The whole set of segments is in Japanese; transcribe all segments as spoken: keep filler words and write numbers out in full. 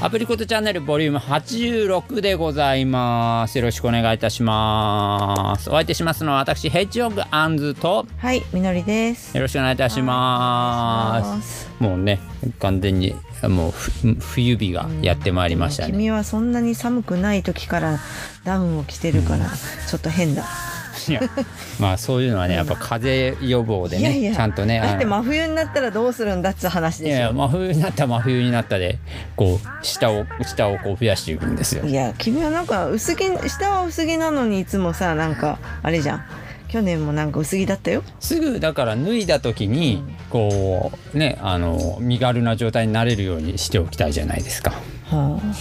アプリコットチャンネルボリュームはちじゅうろくでございます。よろしくお願いいたします。お相手しますのは私ヘッジホッグアンズと、 はい、みのりです。 よろしくお願いいたします。もうね、完全にもう冬日がやってまいりましたね。 君はそんなに寒くない時からダウンを着てるから、うん、ちょっと変だ。 いやまあそういうのはね、やっぱ風邪予防でね、いやいやちゃんとね、 だって真冬になったらどうするんだっつう話でしょ。 いや真冬になったら真冬になったでこう下を下をこう増やしていくんですよ。 いや君はなんか薄着、下は薄着なのにいつもさ、なんかあれじゃん、去年もなんか薄着だったよ。 すぐだから脱いだ時にこうね、あの身軽な状態になれるようにしておきたいじゃないですか。はあ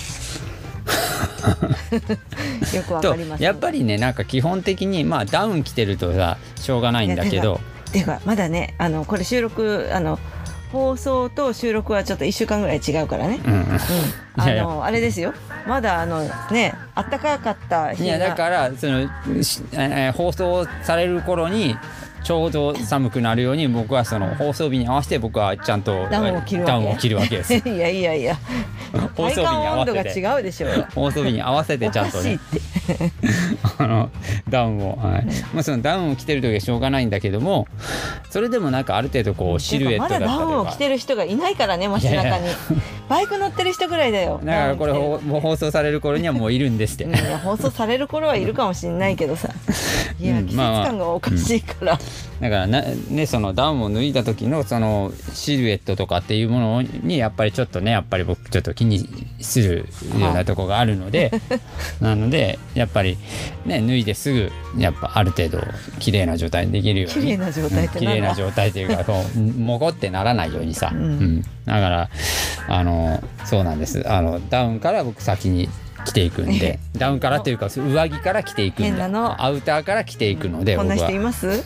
よくわかります。やっぱりね、なんか基本的にまあダウン着てるとさしょうがないんだけど、 ていうかまだね、あのこれ収録あの放送と収録はちょっといっしゅうかんぐらい違うからね、うんうんうん、あのいやいやあれですよ、まだあのね、あったかかった日が、 いやだからその、えー、放送される頃にちょうど寒くなるように、僕はその放送日に合わせて僕はちゃんとダウンを着るわけ、 ダウンを着るわけです。 いやいやいや、 放送日に合わせて体感温度が違うでしょう。 放送日に合わせてちゃんとねあのダウンを、はい、まあ、そのダウンを着てる時はしょうがないんだけども、それでもなんかある程度こうシルエットだったりとか、 まだダウンを着てる人がいないからね、街中に。いやいやバイク乗ってる人ぐらいだよ。 だからこれもう放送される頃にはもういるんですって。 いや放送される頃はいるかもしれないけどさ、いや、うん、季節感がおかしいから、 うん、だからな、ね、そのダウンを脱いだ時のそのシルエットとかっていうものにやっぱりちょっとね、やっぱり僕ちょっと気にするようなところがあるのでなのでやっぱりね、脱いですぐやっぱある程度綺麗な状態にできるように、 綺麗な状態って綺麗な状態というかこうもごってならないようにさ、うんうん、だからあのそうなんです。あのダウンから僕先に着ていくんで、ダウンからというか上着から着ていくんで、アウターから着ていくので、 こんな人います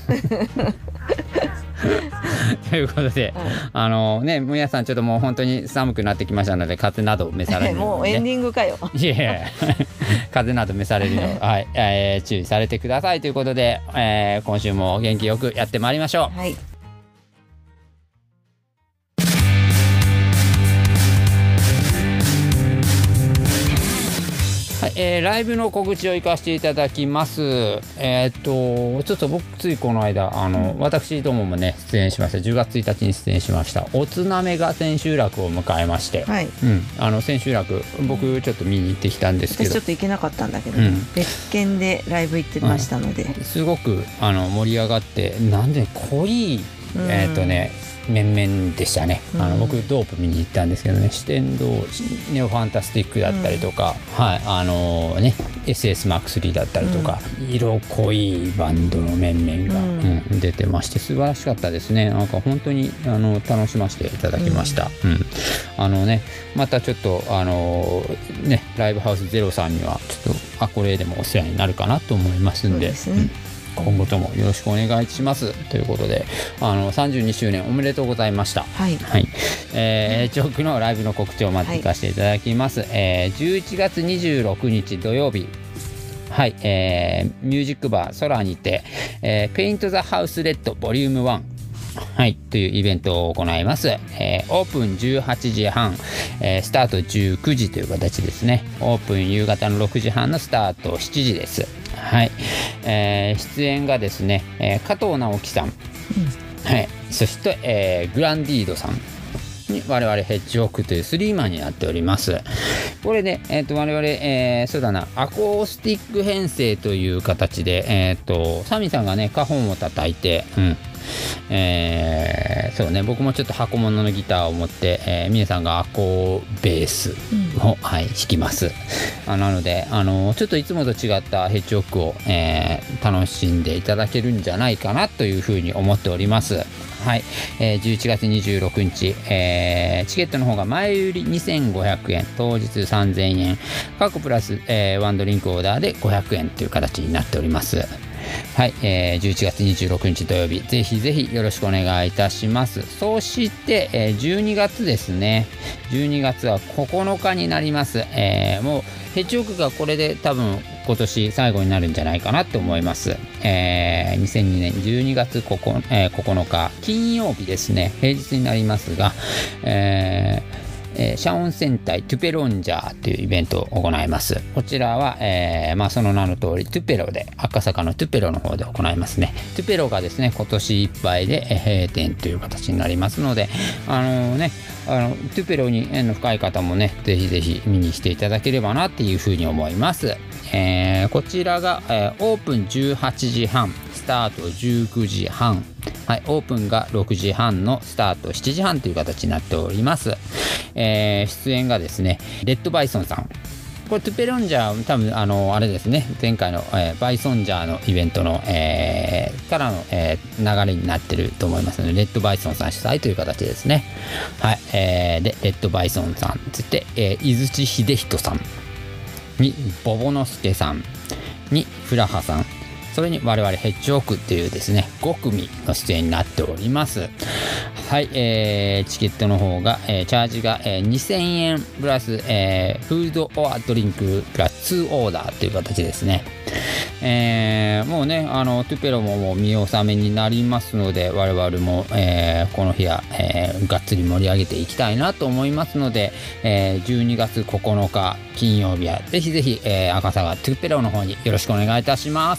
ということで、うん、あのね、皆さんちょっともう本当に寒くなってきましたので、風邪など召されるように、ね、 もうエンディングかよ。 いやいや風邪など召されるよう、はい、えー、注意されてくださいということで、えー、今週も元気よくやってまいりましょう。 はい。 はい、えー、ライブの告知を行かせていただきます。えー、っとちょっと僕ついこの間あの、うん、私どももね出演しました。じゅうがつついたちに出演しましたおつなめが千秋楽を迎えまして、はい、うん、あの千秋楽僕ちょっと見に行ってきたんですけど、 私ちょっと行けなかったんだけど、うん、別件でライブ行ってましたので、 うん、すごくあの盛り上がって、なんで濃い、えー、っとね面々でしたね。あの、うん、僕ドープ見に行ったんですけどね、四天王ネオファンタスティックだったりとか、うん、はい、あのー、ね エスエスマークスリー だったりとか、うん、色濃いバンドの面々が、うんうん、出てまして素晴らしかったですね。なんか本当にあの楽しませていただきました、うんうん、あのね、またちょっとあのー、ねライブハウスゼロさんにはちょっとアコレーでもお世話になるかなと思いますんで、そうですね、うん、今後ともよろしくお願いしますということで、あのさんじゅうにしゅうねんおめでとうございました。はい、はい、えー、チョークのライブの告知をまず行かせていただきます、はい、えー、じゅういちがつにじゅうろくにち土曜日、はい、えー、ミュージックバーソラにて、えー、ペイントザハウスレッドボリュームワン、はい、というイベントを行います。えー、オープンじゅうはちじはん、えー、スタートじゅうくじという形ですね。オープン夕方のろくじはんのスタートしちじです。はい、えー、出演がですね、えー、加藤直樹さん、うん、はい、そして、えー、グランディードさんに我々ヘッジホックというスリーマンになっております。これで、えー、と我々、えー、そうだな、アコースティック編成という形で、えー、とサミさんがねカホンを叩いて、うん、えー、そうね、僕もちょっと箱物のギターを持って、えー、ミネさんがアコベースを、うん、はい、弾きます。あなのであのちょっといつもと違ったヘッジホックを、えー、楽しんでいただけるんじゃないかなというふうに思っております。はい、えー、じゅういちがつにじゅうろくにち、えー、チケットの方が前売りにせんごひゃくえん、当日さんぜんえん、各プラス、えー、ワンドリンクオーダーでごひゃくえんという形になっております。はい、えー、じゅういちがつにじゅうろくにち土曜日、ぜひぜひよろしくお願いいたします。そして、えー、じゅうにがつですね、じゅうにがつはここのかになります。えー、もうヘッジホックがこれで多分今年最後になるんじゃないかなと思います。えー、にせんにねんじゅうにがつここ、えー、ここのか金曜日ですね、平日になりますが、えーえー、謝恩戦隊トゥペロンジャーというイベントを行います。こちらは、えーまあ、その名の通りトゥペロで赤坂のトゥペロの方で行いますね。トゥペロがですね今年いっぱいで閉店という形になりますので、あのー、ねあのトゥペロに縁の深い方もねぜひぜひ見に来ていただければなっていうふうに思います。えー、こちらが、えー、オープンじゅうはちじはん、スタートじゅうくじはん、はい、オープンがろくじはんのスタートしちじはんという形になっております。えー、出演がですねレッドバイソンさん、これトゥペロンジャー多分あのあれですね前回の、えー、バイソンジャーのイベントの、えー、からの、えー、流れになってると思いますので、レッドバイソンさん主催という形ですね。はい、えー、でレッドバイソンさんつって、えー、井槌秀人さんにボボノスケさんにフラハさん、それに我々ヘッジホークっていうですねごくみの出演になっております。はい、えー、チケットの方が、えー、チャージが、えー、にせんえんプラス、えー、フードオアドリンクプラスにオーダーという形ですね。えー、もうねあのトゥペロももう見納めになりますので、我々も、えー、この日は、えー、がっつり盛り上げていきたいなと思いますので、えー、じゅうにがつここのか金曜日はぜひぜひ、えー、赤坂トゥペロの方によろしくお願いいたします。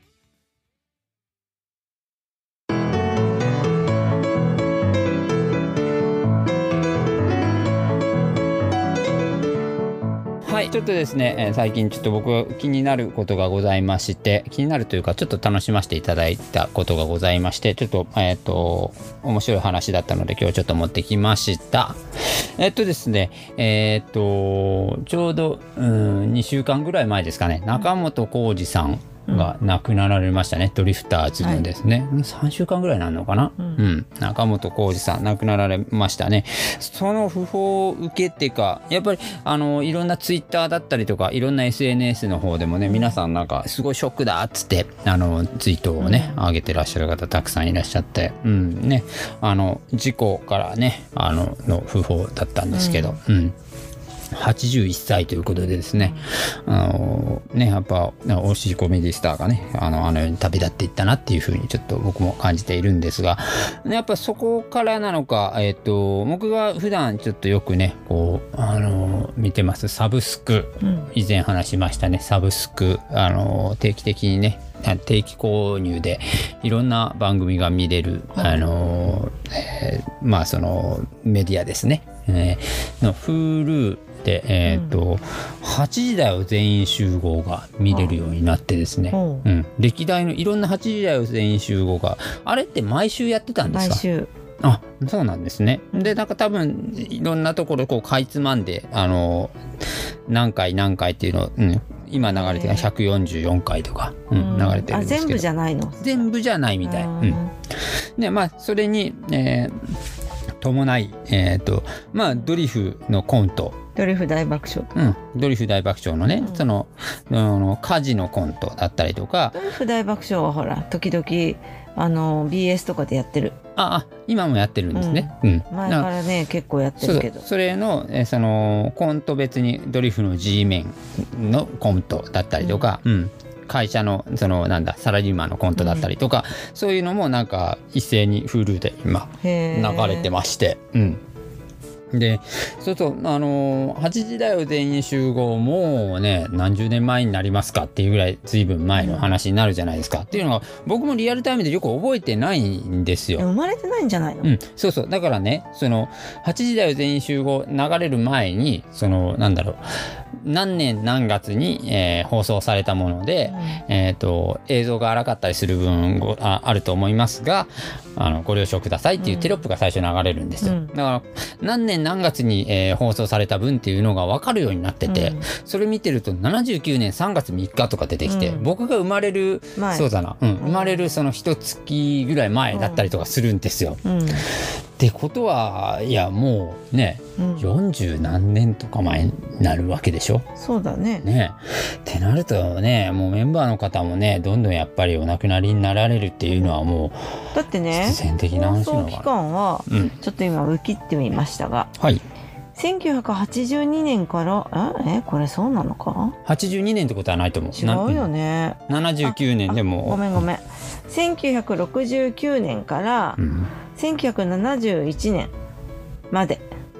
はい、ちょっとですね、えー、最近ちょっと僕は気になることがございまして、気になるというかちょっと楽しませていただいたことがございまして、ちょっとえっと面白い話だったので今日ちょっと持ってきました。えっとですねえっとちょうどうんにしゅうかんぐらい前ですかね、中本浩二さんが亡くなられましたね、うん、ドリフターズのですね、はい、さんしゅうかんぐらいになるのかな、うん、うん、中本浩二さん亡くなられましたね。その訃報を受けてかやっぱりあのいろんなツイッターだったりとかいろんな エスエヌエス の方でもね皆さんなんかすごいショックだっつってあのツイートをね、うん、上げてらっしゃる方たくさんいらっしゃって、うんね、あの事故からねあのの訃報だったんですけど、うん、うんはちじゅういっさいということでですね、あのねやっぱ惜しいコメディスターがねあのあのように旅立っていったなっていうふうにちょっと僕も感じているんですが、やっぱそこからなのか、えっと僕が普段ちょっとよくねこうあの見てますサブスク、うん、以前話しましたねサブスクあの定期的にね定期購入でいろんな番組が見れる、あの、えー、まあそのメディアですね、えー、の Hulu で、えーとうん、はちじだよ全員集合が見れるようになってですね、うん、歴代のいろんなはちじだよ全員集合があれって毎週やってたんですか？ 毎週。 あ、そうなんですね。でなんか多分いろんなところこうかいつまんであの何回何回っていうのを、うん今流れてるひゃくよんじゅうよんかいとか、うん、流れてるんですけど、あ全部じゃないの？ 全部じゃないみたい。うん、でまあそれに、えー、伴い、えーとまあ、ドリフのコントドリフ大爆笑、 うん、ドリフ大爆笑のね、うん、そのの火事のコントだったりとか、 ドリフ大爆笑はほら時々あの ビーエス とかでやってる。 ああ今もやってるんですね、うんうん、 前からね結構やってるけどそ, それのえそのコント別にドリフの G メンのコントだったりとか、うんうん、会社のそのなんだサラリーマンのコントだったりとか、うん、そういうのもなんか一斉に Hulu で今流れてまして、うんでそうそうあのー、はちじだよ全員集合もうね何十年前になりますかっていうぐらい随分前の話になるじゃないですか、うん、っていうのが僕もリアルタイムでよく覚えてないんですよ。 生まれてないんじゃないの？ うん、そうそうだからねそのはちじだよ全員集合流れる前にそのなんだろう何年何月に、えー、放送されたもので、うんえー、と映像が荒かったりする分ご あ, あると思いますがあのご了承くださいっていうテロップが最初流れるんですよ、うん、だから何年何月に、えー、放送された分っていうのが分かるようになってて、うん、それ見てるとななじゅうきゅうねんさんがつみっかとか出てきて、うん、僕が生まれるそうだな、うん、生まれるその一月ぐらい前だったりとかするんですよ、うんうんってことはいやもうね、うん、よんじゅうなんねんとか前になるわけでしょ。 そうだね。 ねってなるとねもうメンバーの方もねどんどんやっぱりお亡くなりになられるっていうのはもうだってね必然的な話なのかな。 放送期間は、うん、ちょっと今ウキってみましたが、 はいせんきゅうひゃくはちじゅうにねんからあえこれそうなのかはちじゅうにねんってことはないと思う。 違うよね。 ななじゅうきゅうねんでもごめんごめんせんきゅうひゃくろくじゅうきゅうねんから、うん、せんきゅうひゃくななじゅういちねんまで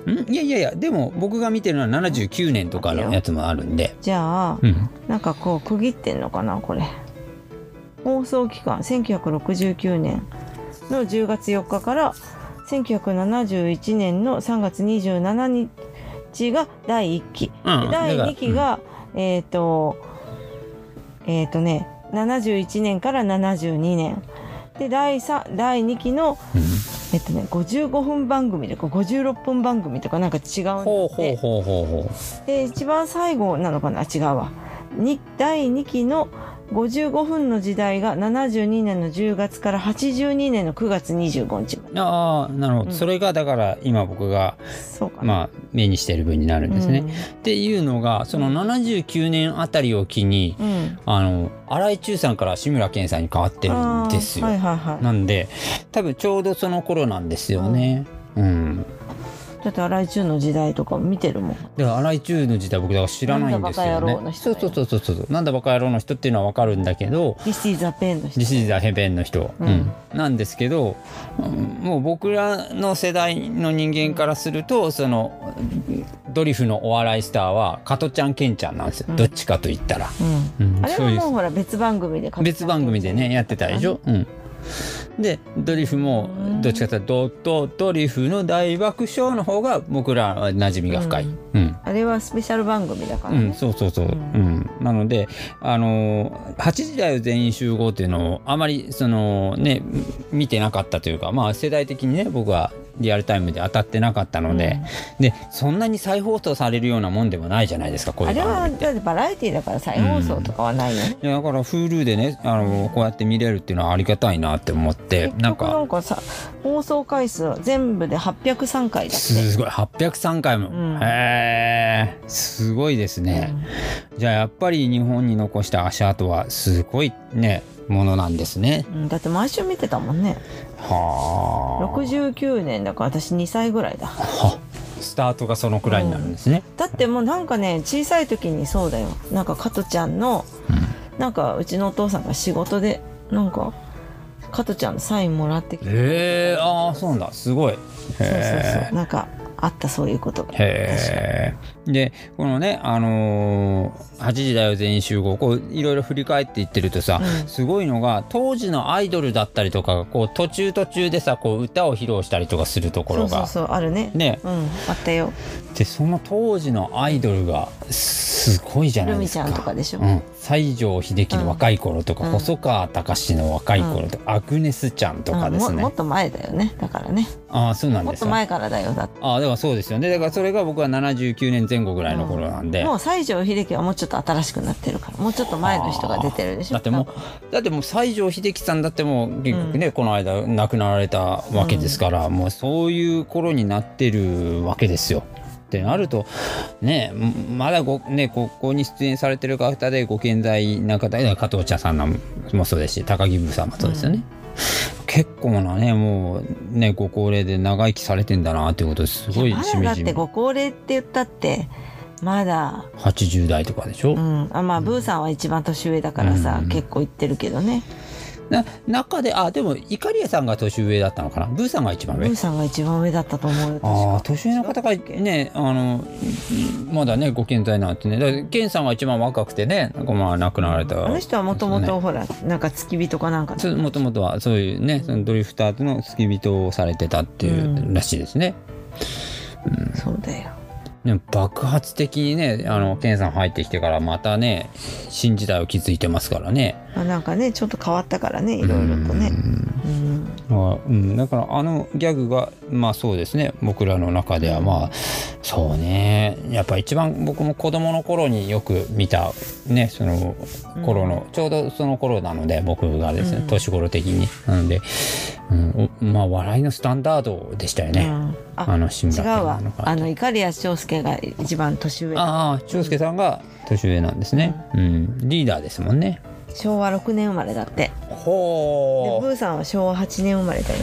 んいやいやいやでも僕が見てるのはななじゅうきゅうねんとかのやつもあるんで。 じゃあ、 うん、 なんかこう区切ってんのかなこれ。放送期間せんきゅうひゃくろくじゅうきゅうねんのじゅうがつよっかからせんきゅうひゃくななじゅういちねんのさんがつにじゅうしちにちがだいいっき、うん、だいにきが、うん、えっ、ー、とえっ、ー、とねななじゅういちねんからななじゅうにねんでだいさんだいにきの、うん、えっとねごじゅうごふん番組とかごじゅうろっぷん番組とかなんか違うんだって。ほうほうほうほうほう。で一番最後なのかな違うわにだいにきのごじゅうごふんの時代がななじゅうにねんのじゅうがつからはちじゅうにねんのくがつにじゅうごにちまで。 ああなるほど、うん、それがだから今僕がまあ目にしている分になるんですね、うん、っていうのがそのななじゅうきゅうねんあたりを機に、うん、あの新井中さんから志村けんさんに変わってるんですよ、はいはいはい、なんで多分ちょうどその頃なんですよね、うん、うんだって新井中の時代とか見てるもん。 だから新井中の時代僕だから知らないんですよね。そうそうそうそうそうなんだバカ野郎の人っていうのは分かるんだけど This is the pen の人 This is the pen の人、うんうん、なんですけどもう僕らの世代の人間からするとそのドリフのお笑いスターは加トちゃんケンちゃんなんですよ、うん、どっちかと言ったら、 うんうん、あれはもうほら別番組で別番組でねやってたでしょ、うんでドリフもどっちかというとドドリフの大爆笑の方が僕らは馴染みが深い、うんうん、あれはスペシャル番組だからね、 うん、そうそうそう、うんうん、なのであのはちじだよ全員集合っていうのをあまりそのね見てなかったというかまあ世代的にね僕はリアルタイムで当たってなかったので、うん、でそんなに再放送されるようなもんでもないじゃないですかこういう番組って。あれはだってバラエティだから再放送とかはないよね、 うん、いやだから Hulu でねあのこうやって見れるっていうのはありがたいなって思ってなんかなんかさ放送回数全部ではっぴゃくさんかいだって。 すごいはっぴゃくさんかいも、うん、へーすごいですね、うん、じゃあやっぱり日本に残した足跡はすごいねものなんですね、 うん、だって毎週見てたもんね。はあろくじゅうきゅうねんだから私にさいぐらいだ。はスタートがそのくらいになるんですね、 うん、だってもうなんかね小さい時にそうだよなんか加トちゃんの、うん、なんかうちのお父さんが仕事でなんか加トちゃんのサインもらってきてへえああそうなんだすごいへそうそうそうなんかあったそういうことが。 へえ。でこのねあのー、はちじだよ全員集合こういろいろ振り返っていってるとさ、うん、すごいのが当時のアイドルだったりとかがこう途中途中でさこう歌を披露したりとかするところがそうそうそうあるね。 ね、 うん、あったよ。 でその当時のアイドルがすごいじゃないですか。 ルミちゃんとかでしょ、 うん、西城秀樹の若い頃とか、うん、細川たかしの若い頃とか、うん、アグネスちゃんとかですね、うん、 も, もっと前だよねだからね。 ああそうなんですか。 もっと前からだよだって。 ああだからそうですよね。だからそれが僕はななじゅうきゅうねんぜん後ぐらいの頃なんで、 うん、もう西城秀樹はもうちょっと新しくなってるからもうちょっと前の人が出てるでしょ。 だってもうだってもう西城秀樹さんだってもう結局ね、うん、この間亡くなられたわけですから、うん、もうそういう頃になってるわけですよ。ってなるとねまだご、ね、ここに出演されてる方でご健在な方加藤茶さんもそうですし高木ブーさんもそうですよね、うん、結構なねもうねご高齢で長生きされてんだなっていうことですごいしみじみ。 まだだってご高齢って言ったってまだはちじゅうだいとかでしょ、 うん、あまあブーさんは一番年上だからさ、うん、結構いってるけどね。 な中であでもイカリアさんが年上だったのかな。ブーさんが一番上。 ブーさんが一番上だったと思うよ。 ああ年上の方がねあのまだねご健在なんてね。だからケンさんが一番若くてねなんかまあ亡くなられた、ね、 あの人はもともとほらなんか付き人かなんかもともとはそういうねそのドリフターズの付き人をされてたっていうらしいですね、 うんうん、そうだよ。 でも爆発的にねあのケンさん入ってきてからまたね新時代を築いてますからね。 まあ、なんかねちょっと変わったからねいろいろとね。うんうんうん、だからあのギャグがまあそうですね僕らの中ではまあそうねやっぱ一番僕も子供の頃によく見たねその頃の、うん、ちょうどその頃なので僕がですね、うん、年頃的になので、うん、まあ笑いのスタンダードでしたよね、うん、あ, あの志村けん違うわあの碇谷長介が一番年上。 ああ長介さんが年上なんですね、うんうん、リーダーですもんね。 しょうわろくねん生まれだって。 ほーでブーさんはしょうわはちねん生まれだよ。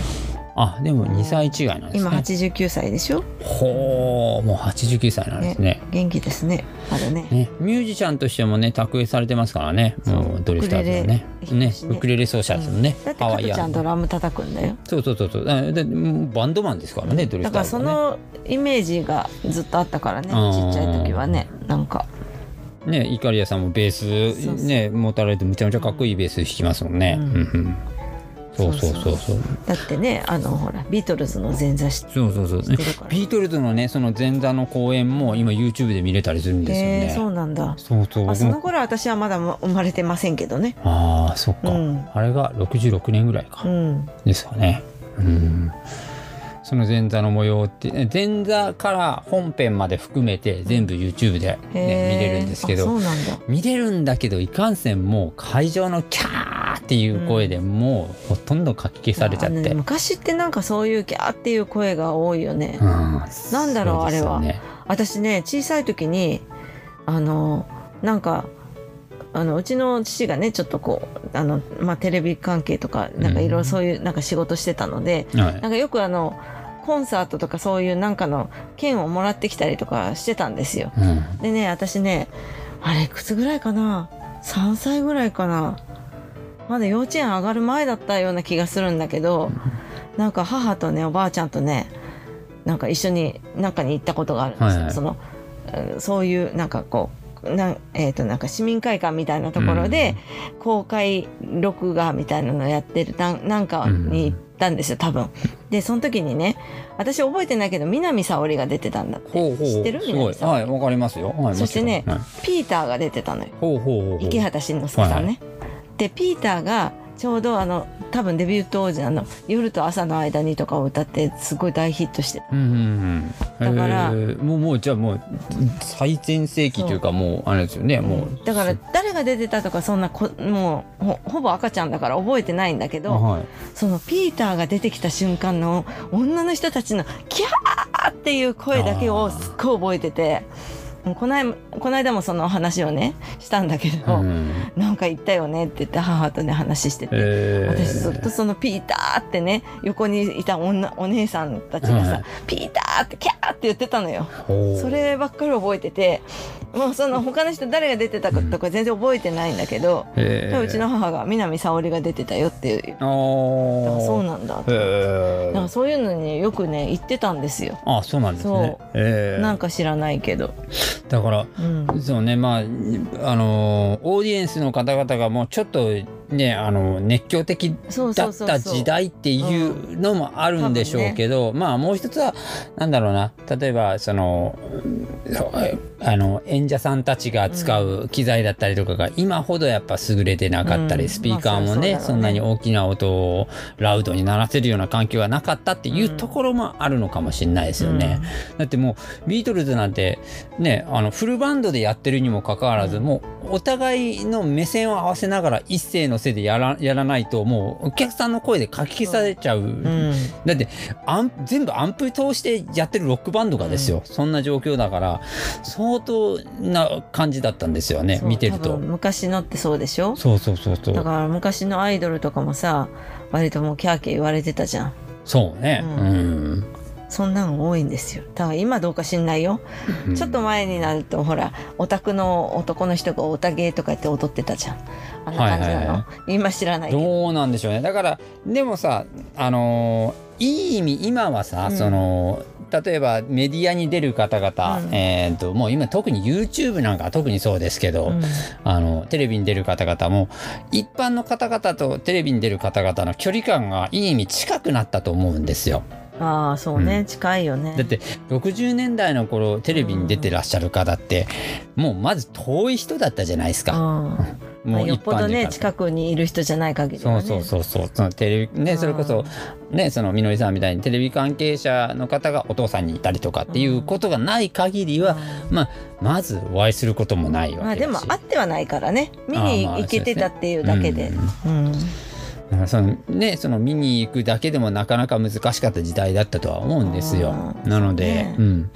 あでもにさい違いなんですね。 今はちじゅうきゅうさいでしょ。 ほうもうはちじゅうきゅうさいなんですね。 ね元気ですねまだね。 ねミュージシャンとしてもね卓越されてますからね。もうドリフターズはねねウクレレ奏者ですもんね。 だって加トちゃんドラム叩くんだよ。 そうそうそうそうだでバンドマンですからねドリフターズはね。 だからそのイメージがずっとあったからねちっちゃい時はねなんか。 ねイカリアさんもベースね持たれてむちゃむちゃかっこいいベース弾きますもんね。うんうんそうそうそうそうだってねあのほらビートルズの前座してそうそうそう、ね、ビートルズのねその前座の公演も今 YouTube で見れたりするんですよね。 へーそうなんだ。 そうそうあその頃は私はまだ生まれてませんけどね。 ああそっか、 うん、 あれがろくじゅうろくねんぐらいか、うん、ですかね。うんその前座の模様って前座から本編まで含めて全部 YouTube で、ね、見れるんですけどそうなんだ見れるんだけどいかんせんもう会場のキャーっていう声でもうほとんどかき消されちゃって、 ね、昔ってなんかそういうキャーっていう声が多いよね、うん、なんだろう、ね、あれは私ね小さい時にあのなんかあのうちの父がねちょっとこうあの、まあ、テレビ関係とかなんかいろいろそういうなんか仕事してたので、うん、なんかよくあのコンサートとかそういうなんかの券をもらってきたりとかしてたんですよ、うん、でね私ねあれいくつぐらいかなさんさいぐらいかなまだ幼稚園上がる前だったような気がするんだけど、うん、なんか母とねおばあちゃんとねなんか一緒に中に行ったことがあるんですよ、はいはい、そのそういうなんかこうなえー、となんか市民会館みたいなところで公開録画みたいなのをやってるななんかに行ったんですよ多分。でその時にね私覚えてないけど南沙織が出てたんだって。ほうほう知ってる南沙織。はいわかりますよ、はい、そしてね、はい、ピーターが出てたのよ。ほうほうほうほう池畑慎之介さんね、はいはい、でピーターがちょうどあの多分デビュー当時あの夜と朝の間にとかを歌ってすごい大ヒットしてた、うんうんうん、だからもうもうじゃあもう最前世紀というかもうあれですよねもうだから誰が出てたとかそんなこもう ほ, ほぼ赤ちゃんだから覚えてないんだけど、はい、そのピーターが出てきた瞬間の女の人たちのキャーっていう声だけをすっごい覚えててこの間、この間もその話をねしたんだけど、うん、なんか言ったよねって言って母とね話してて、えー、私ずっとそのピーターってね横にいた女お姉さんたちがさ、はい、ピーターってキャーって言ってたのよ。そればっかり覚えててもうその他の人誰が出てたかとか全然覚えてないんだけど、うん、うちの母が南沙織が出てたよっていうだからそうなんだって、えー、なんかそういうのによくね言ってたんですよ。あそうなんですね。そう、えー、なんか知らないけどだから、うん、そうねまああのオーディエンスの方々がもうちょっとねあの熱狂的だった時代っていうのもあるんでしょうけど、うんね、まあもう一つはなんだろうな例えばそのあの演者さんたちが使う機材だったりとかが今ほどやっぱ優れてなかったり、うん、スピーカーもね、まあ そ, そんなに大きな音をラウドに鳴らせるような環境がなかったっていうところもあるのかもしれないですよね、うん、だってもうビートルズなんてねあのフルバンドでやってるにもかかわらず、うん、もうお互いの目線を合わせながら一斉のせいでや ら, やらないともうお客さんの声でかき消されちゃう、うん、だってアン全部アンプ通してやってるロックバンドがですよ、うん、そんな状況だから相当な感じだったんですよね見てると。 昔のってそうでしょ。 そうそうそうそうだから昔のアイドルとかもさ割ともうキャーキャー言われてたじゃん。 そうね、うんうん、 そんなの多いんですよ。だから今どうか知んないよ、うん、ちょっと前になるとほらオタクの男の人がオタゲーとか言って踊ってたじゃん。あんな感じなの、はいはいはい、今知らないけどどうなんでしょうね。だからでもさあのー、いい意味今はさ、うん、その例えばメディアに出る方々、うんえー、ともう今特に YouTube なんかは特にそうですけど、うん、あのテレビに出る方々も一般の方々とテレビに出る方々の距離感がいい意味近くなったと思うんですよ。 ああそうね、うん、近いよね。 だってろくじゅうねんだいの頃テレビに出てらっしゃる方って、うん、もうまず遠い人だったじゃないですか、うん、 もうよっぽどね近くにいる人じゃない限りはね。 そうそうそうそうそのテレビねそれこそねそのみのりさんみたいにテレビ関係者の方がお父さんにいたりとかっていうことがない限りは、うん、まあまずお会いすることもないわけだし、まあ、 でも会ってはないからね見に行けてたっていうだけで。 そのね、その見に行くだけでもなかなか難しかった時代だったとは思うんですよ。なので、ねうん、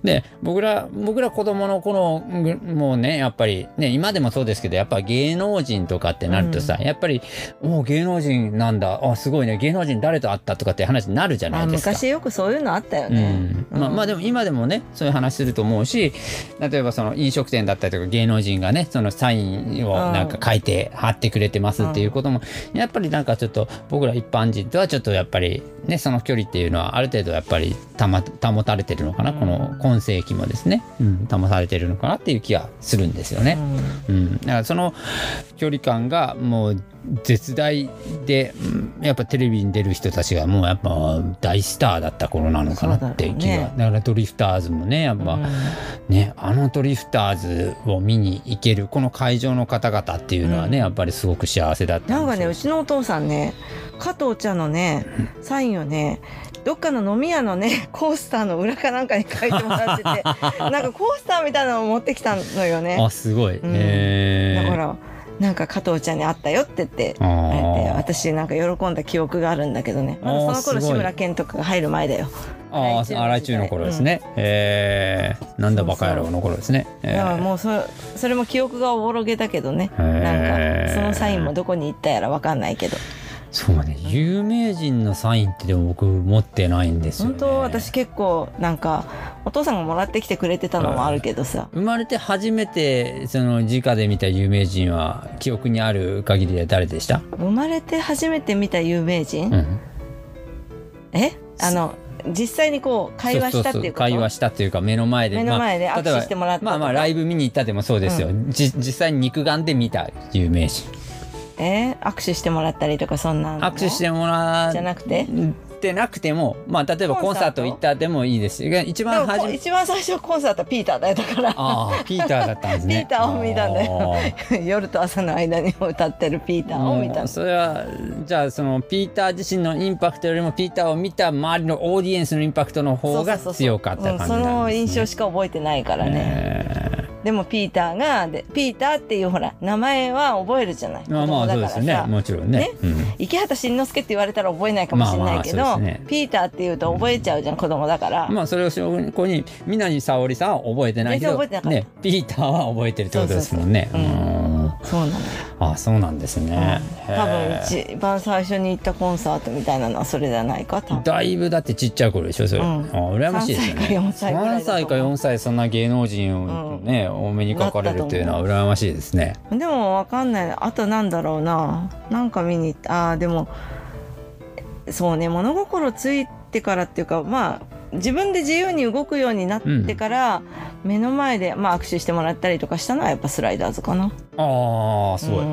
で僕ら僕ら子供の頃もうねやっぱりね今でもそうですけどやっぱ芸能人とかってなるとさ、うん、やっぱりお芸能人なんだあすごいね芸能人誰と会ったとかって話になるじゃないですか。 昔よくそういうのあったよね、 うんまあ、まあでも今でもねそういう話すると思うし、例えばその飲食店だったりとか芸能人がねそのサインをなんか書いて貼ってくれてますっていうこともやっぱりなんかちょっと僕ら一般人とはちょっとやっぱりねその距離っていうのはある程度やっぱりたま保たれてるのかな、この今世紀もですね、うん、保たれてるのかなっていう気がするんですよね、うんうん、だからその距離感がもう絶大でやっぱテレビに出る人たちがもうやっぱ大スターだった頃なのかなっていう気が だ,、ね、だからドリフターズもねやっぱ、うん、ねあのドリフターズを見に行けるこの会場の方々っていうのはね、うん、やっぱりすごく幸せだったんですよ。 なんかねうちのお父さんね加藤茶のねサインをねどっかの飲み屋のねコースターの裏かなんかに書いてもらっててなんかコースターみたいなのを持ってきたのよね。 あすごい、うん、へだからなんか加藤ちゃんに会ったよって言ってあ私なんか喜んだ記憶があるんだけどね、まだその頃志村けんとかが入る前だよ。 ああ荒井中の頃ですね、うん、えー、なんだバカ野郎の頃ですね。 いやもう そ, それも記憶がおぼろげだけどね、なんかそのサインもどこに行ったやら分かんないけど。 そうね有名人のサインってでも僕持ってないんですよね。 本当私結構なんかお父さんがもらってきてくれてたのもあるけどさ、 生まれて初めてその直で見た有名人は記憶にある限りで誰でした？ 生まれて初めて見た有名人、うん、えあの実際にこう会話したっていうこと？そうそうそう会話したっていうか目の前で目の前で握手してもらったとか、 まあまあライブ見に行ったでもそうですよ、うん、じ実際に肉眼で見た有名人。 えー、握手してもらったりとかそんなの握手してもらじゃなくてってなくても、まあ、例えばコンサート行ったでもいいですし一番初め一番最初コンサートはピーターだよだからああピーターだったんですねピーターを見たんだよ夜と朝の間に歌ってるピーターを見た。 それはじゃあそのピーター自身のインパクトよりもピーターを見た周りのオーディエンスのインパクトの方が強かった感じなんですね。 その印象しか覚えてないからね、えーでもピーターがでピーターっていうほら名前は覚えるじゃない。 まあまあそうですねもちろんね、ね、 うん、池畑慎之介って言われたら覚えないかもしれないけど、まあまあね、ピーターって言うと覚えちゃうじゃん、うん、子供だから。 まあそれを証拠に南沙織さんは覚えてないけど、ね、ピーターは覚えてるってことですもんね。 そうそうそう、うん、そうなのよ。 あそうなんですね、 うん、多分一番最初に行ったコンサートみたいなのはそれじゃないか多分。 だいぶだってちっちゃい頃でしょそれ、うん、あ羨ましいですよね。さんさいかよんさいそんな芸能人をね、うん、多めに書かれるっていうのは羨ましいですね。 でも分かんない。あとなんだろうな、なんか見に行ったあでもそうね物心ついてからっていうかまあ自分で自由に動くようになってから、うん、目の前で、まあ、握手してもらったりとかしたのはやっぱスライダーズかな。 ああすごい、うんうん、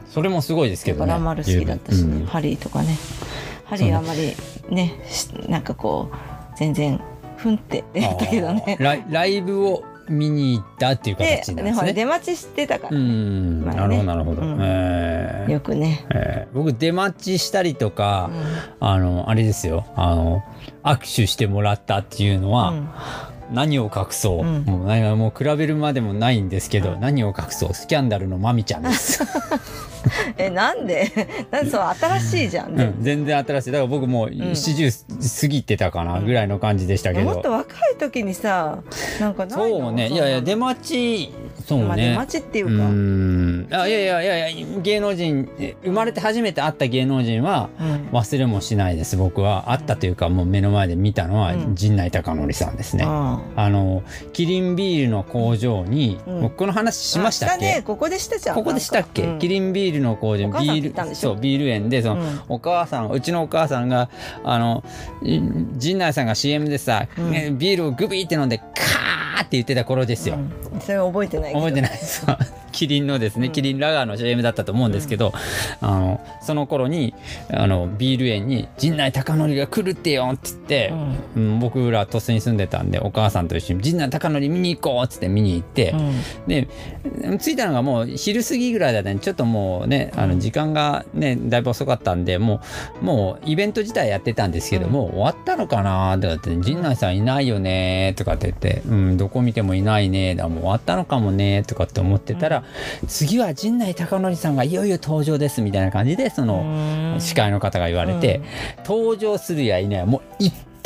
それもすごいですけどね。 ラマル好きだったし、ねうん、ハリーとかね。ハリーあんまりねなんかこう全然ふんって出たけどねライ、ライブを見に行ったっていう形なんですね。 で出待ちしてたから、ね、 うん、ね、なるほどなるほど、うん、えー、 よくね、 えー、僕出待ちしたりとか、うん、あのあれですよあの握手してもらったっていうのは、うん、何を隠そう、うん、もう何もう比べるまでもないんですけど、うん、何を隠そうスキャンダルのまみちゃんですえなんでなんでそう新しいじゃん、ね、 うん、全然新しい。だから僕もうななじゅう過ぎてたかなぐらいの感じでしたけど、うん、 もっと若い時にさなんかないの？ そうねいやいや出待ちそうね、まあ、 出待ちっていうかうんあいやいやいやいや芸能人生まれて初めて会った芸能人は忘れもしないです。僕は会ったというかもう目の前で見たのは陣内孝則さんですね、うん、あのキリンビールの工場に、うん、僕この話しましたっけ？ ね、ここでしたじゃん。 ここでしたっけ、うん、キリンビールの工場にビールそうビール園でその、うん、お母さんうちのお母さんがあの陣内さんが シーエム でさ、うん、ビールをグビーって飲んでカーって言ってた頃ですよ、 うん、それは覚えてないけど覚えてないですキリンのですね、うん、キリンラガーの シーエム だったと思うんですけど、うん、あのその頃にあのビール園に陣内孝則が来るってよって言って、うん、僕ら鳥栖に住んでたんでお母さんと一緒に陣内孝則見に行こうっつって見に行って、うん、で着いたのがもう昼過ぎぐらいだったんでちょっともうねあの時間がねだいぶ遅かったんでもうもうイベント自体やってたんですけど、うん、もう終わったのかなとかって陣内さんいないよねとかって言って、うん、どこ見てもいないねだもう終わったのかもねとかって思ってたら、うん、次は陣内孝則さんがいよいよ登場ですみたいな感じでその司会の方が言われて、うん、登場するやいないもういっぱ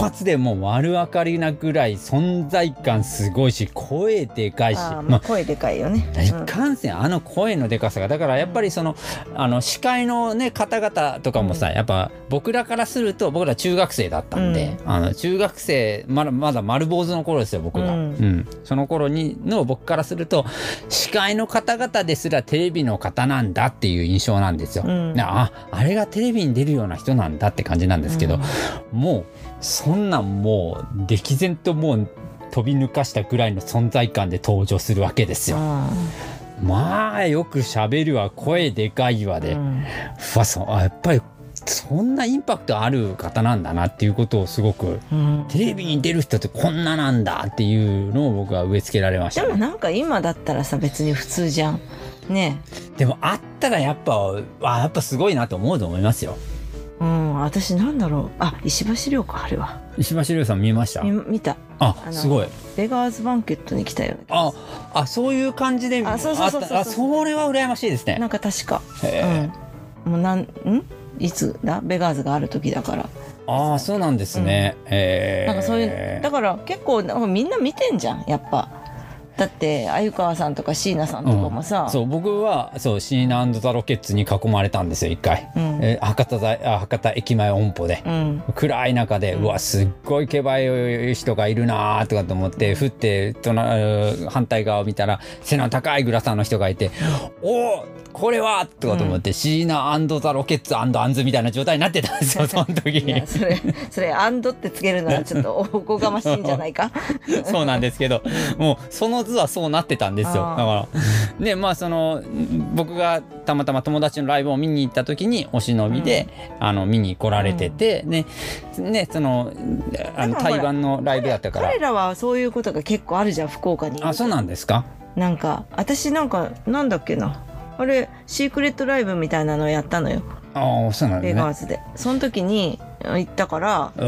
発でもう丸分かりなぐらい存在感すごいし、声でかいし、 あ、ままああ、声でかいよね。 いかんせんあの声のでかさが、だからやっぱりその、あの司会のね方々とかもさ、やっぱ僕らからすると、僕ら中学生だったんで、あの中学生まだまだ丸坊主の頃ですよ僕が、 うんうんその頃にの僕からすると、司会の方々ですらテレビの方なんだっていう印象なんですよ、 うんああれがテレビに出るような人なんだって感じなんですけど、もうそんなんもう歴然ともう飛び抜かしたぐらいの存在感で登場するわけですよ。まあよく喋るわ、声でかいわで、 うん、 うわそあやっぱりそんなインパクトある方なんだなっていうことをすごく、うん、テレビに出る人ってこんななんだっていうのを僕は植え付けられました、ね、 でもなんか今だったらさ別に普通じゃんね。 でもあったらやっぱあやっぱすごいなと思うと思いますよ。 うん、私なんだろう、あ石橋亮かあれは。 石橋亮さん見ました？ 見, 見た。 あすごい。 ベガーズバンケットに来たよ。 ああそういう感じで、 あそうそうそうそうそう、 あそれは羨ましいですね。 なんか確か、 へうん、もうなんんいつだベガーズがある時だから。 ああそうなんですね、うん、えー、 なんかそういうだから結構なんかみんな見てんじゃんやっぱ。だって鮎川さんとか椎名さんとかもさ、 うん、そう僕はそう椎名&ザ・ロケッツに囲まれたんですよ一回、うんえー、博多あ博多駅前音歩で、うん、暗い中で、うん、うわすっごいけばい人がいるなとかと思ってふって反対側を見たら背の高いグラサンの人がいておおこれはとかと思って、うん、椎名&ザ・ロケッツ&アンズみたいな状態になってたんですよその時に。いやそれそれアンドってつけるのはちょっとおこがましいんじゃないかそうなんですけどもうその図はそうなってたんですよ。だからでまあその僕がたまたま友達のライブを見に行った時にお忍びで、うん、あの見に来られてて、うん、ねねそのあの台湾のライブだったから。 彼らはそういうことが結構あるじゃん福岡に。 あそうなんですか。 なんか私なんかなんだっけなあれシークレットライブみたいなのをやったのよ。 ああそうなんですね。 ベガーズでその時に行ったから、うん、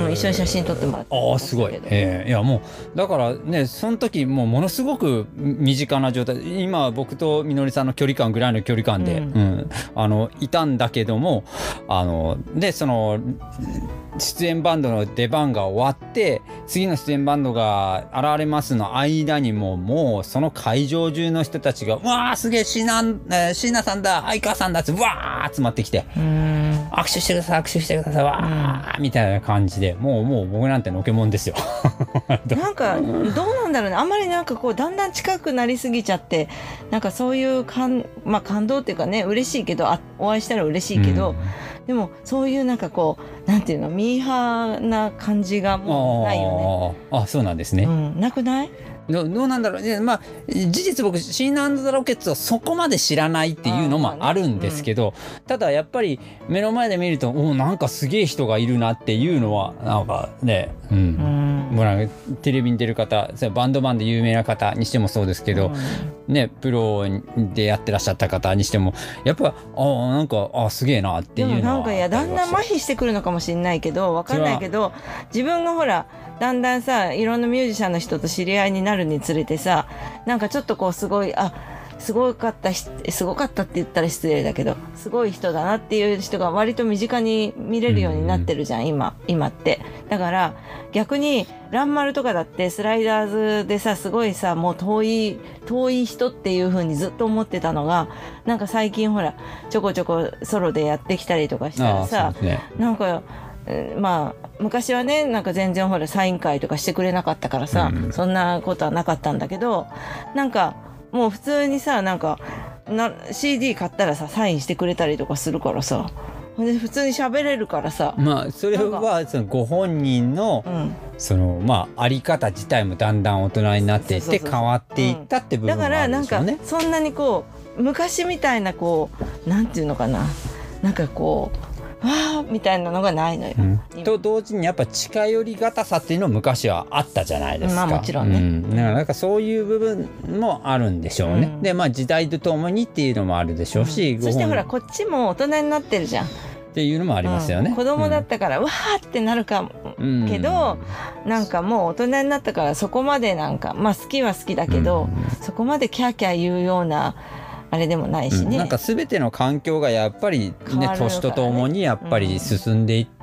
一緒に写真撮ってもらった。 ああすごい、えー、いやもうだからねその時もうものすごく身近な状態、今僕とみのりさんの距離感ぐらいの距離感で、うんうん、あのいたんだけどもあのでその出演バンドの出番が終わって次の出演バンドが現れますの間にももうその会場中の人たちがうわーすげえ椎名、えー、椎名さんだ相川さんだってうわー集まってきて握手してください握手してくださいわー、うん、みたいな感じでもうもう僕なんてのけもんですよなんかどうなんだろうねあんまりなんかこうだんだん近くなりすぎちゃってなんかそういう感、まあ、感動っていうかね嬉しいけどあお会いしたら嬉しいけど、うんでもそういうなんかこうなんていうのミーハーな感じがもうないよね。 ああそうなんですね、 うん、なくないど, どうなんだろうね、まあ、事実僕シーナ&ザ・ロケッツをそこまで知らないっていうのもあるんですけど、ねうん、ただやっぱり目の前で見るとおなんかすげえ人がいるなっていうのはなんかね、うんうん、もうなんかテレビに出る方バンドマンで有名な方にしてもそうですけど、うん、ねプロでやってらっしゃった方にしてもやっぱあなんかあすげえなっていうのはでもなんかいやだんだん麻痺してくるのかもしれないけどわかんないけど自分がほらだんだんさいろんなミュージシャンの人と知り合いになるにつれてさなんかちょっとこうすごいあすごかったすごかったって言ったら失礼だけどすごい人だなっていう人が割と身近に見れるようになってるじゃん、うん、今今ってだから逆にランマルとかだってスライダーズでさすごいさもう遠い遠い人っていう風にずっと思ってたのがなんか最近ほらちょこちょこソロでやってきたりとかしたらさ、ね、なんかまあ昔はねなんか全然ほらサイン会とかしてくれなかったからさ、うん、そんなことはなかったんだけどなんかもう普通にさなんかな シーディー 買ったらさサインしてくれたりとかするからさで普通に喋れるからさまあそれはそのご本人の、うん、そのまああり方自体もだんだん大人になっていって変わっていったって部分もあるんでしょうね。 だからなんかそんなにこう昔みたいなこうなんていうのかななんかこうわーみたいなのがないのよ、 うん、と同時にやっぱ近寄りがたさっていうのも昔はあったじゃないですか。 まあもちろんね、うん、 だからなんかそういう部分もあるんでしょうね、うん、でまあ時代とともにっていうのもあるでしょうし、 うん、そしてほらこっちも大人になってるじゃんっていうのもありますよね、うん、 子供だったから、うん、わーってなるかも、うん、けどなんかもう大人になったからそこまでなんかまあ好きは好きだけど、うん、そこまでキャーキャー言うようなあれでもないしね、うん、 なんか全ての環境がやっぱりね年とともにやっぱり進んでいっ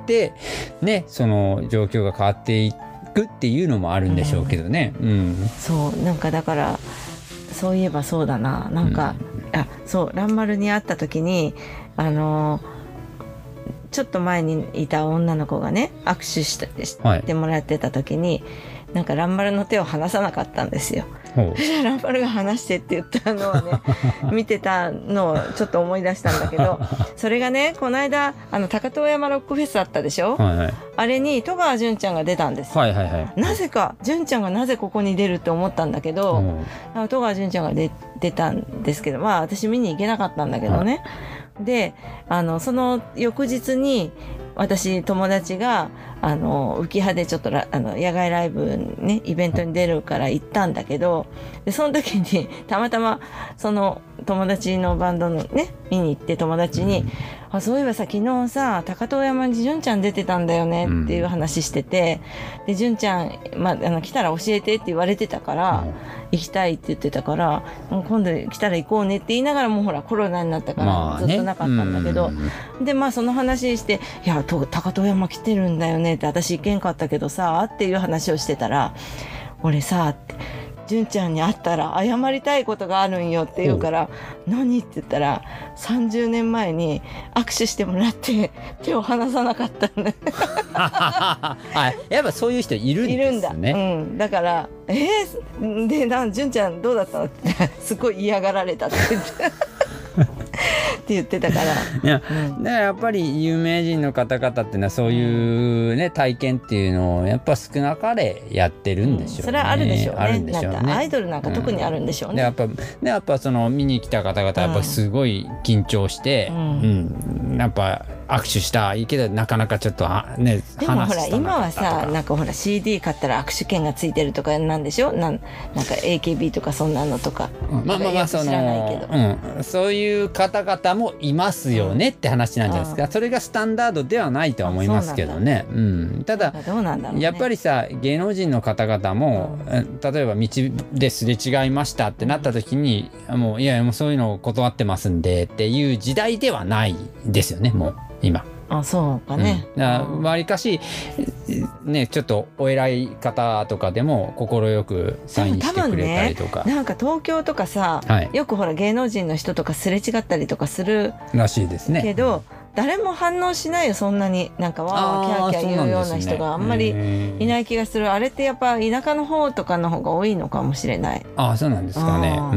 ってねその状況が変わっていくっていうのもあるんでしょうけどね、うんうん、 そうなんかだからそういえばそうだななんか、うん、あそう蘭丸に会った時にあのちょっと前にいた女の子がね握手してしてもらってた時に、はい、なんか蘭丸の手を離さなかったんですよ。蘭丸が離してって言ったのをね見てたのをちょっと思い出したんだけどそれがねこの間あの高遠山ロックフェスあったでしょ、はいはい、あれに戸川純ちゃんが出たんです、はいはいはい、なぜか純ちゃんがなぜここに出るって思ったんだけど、うん、戸川純ちゃんが出出たんですけどまあ私見に行けなかったんだけどね、はい、であのその翌日に私友達があの浮葉でちょっとあの野外ライブねイベントに出るから行ったんだけどでその時にたまたまその友達のバンドのね見に行って友達に、うん、あそういえばさ昨日さ高遠山に純ちゃん出てたんだよねっていう話してて、うん、で純ちゃん、まあ、あの来たら教えてって言われてたから、うん、行きたいって言ってたから今度来たら行こうねって言いながらもうほらコロナになったからずっとなかったんだけど、まあねうん、でまあその話していや高遠山来てるんだよねって私行けんかったけどさっていう話をしてたら俺さって純ちゃんに会ったら謝りたいことがあるんよって言うから何って言ったらさんじゅうねんまえに握手してもらって手を離さなかったんだやっぱそういう人いるんですね。いるんだ、 うん、だからえー、でなん純ちゃんどうだったのってすごい嫌がられたって言ってって言ってたからいや、うん、だからやっぱり有名人の方々っていうのはそういうね、うん、体験っていうのをやっぱ少なかれやってるんでしょうね、うん、 それはあるでしょうね。 あるんでしょうね。 なんかアイドルなんか特にあるんでしょうね、うん、でやっぱでやっぱその見に来た方々はやっぱすごい緊張して、うんうん、やっぱ握手したいいけどなかなかちょっとねでもほら今はさなんかほら シーディー 買ったら握手券がついてるとかなんでしょ なん, なんか エーケービー とかそんなのとか、 うん、まあまあまあその、うん、そういう方々もいますよねって話なんじゃないですか、うん、それがスタンダードではないとは思いますけどね、うん、ただどうなんだろうね、 やっぱりさ芸能人の方々も、うん、例えば道ですれ違いましたってなった時に、うん、もういやもうそういうのを断ってますんでっていう時代ではないですよねもう今。 あそうかね、 うん、わりかしねちょっとお偉い方とかでも快くサインしてくれたりとか、 ね、なんか東京とかさ、はい、よくほら芸能人の人とかすれ違ったりとかするらしいですねけど誰も反応しないよそんなになんかわーキャーキャー言うような人があんまりいない気がする。あれってやっぱ田舎の方とかの方が多いのかもしれない。 ああそうなんですかね、うん、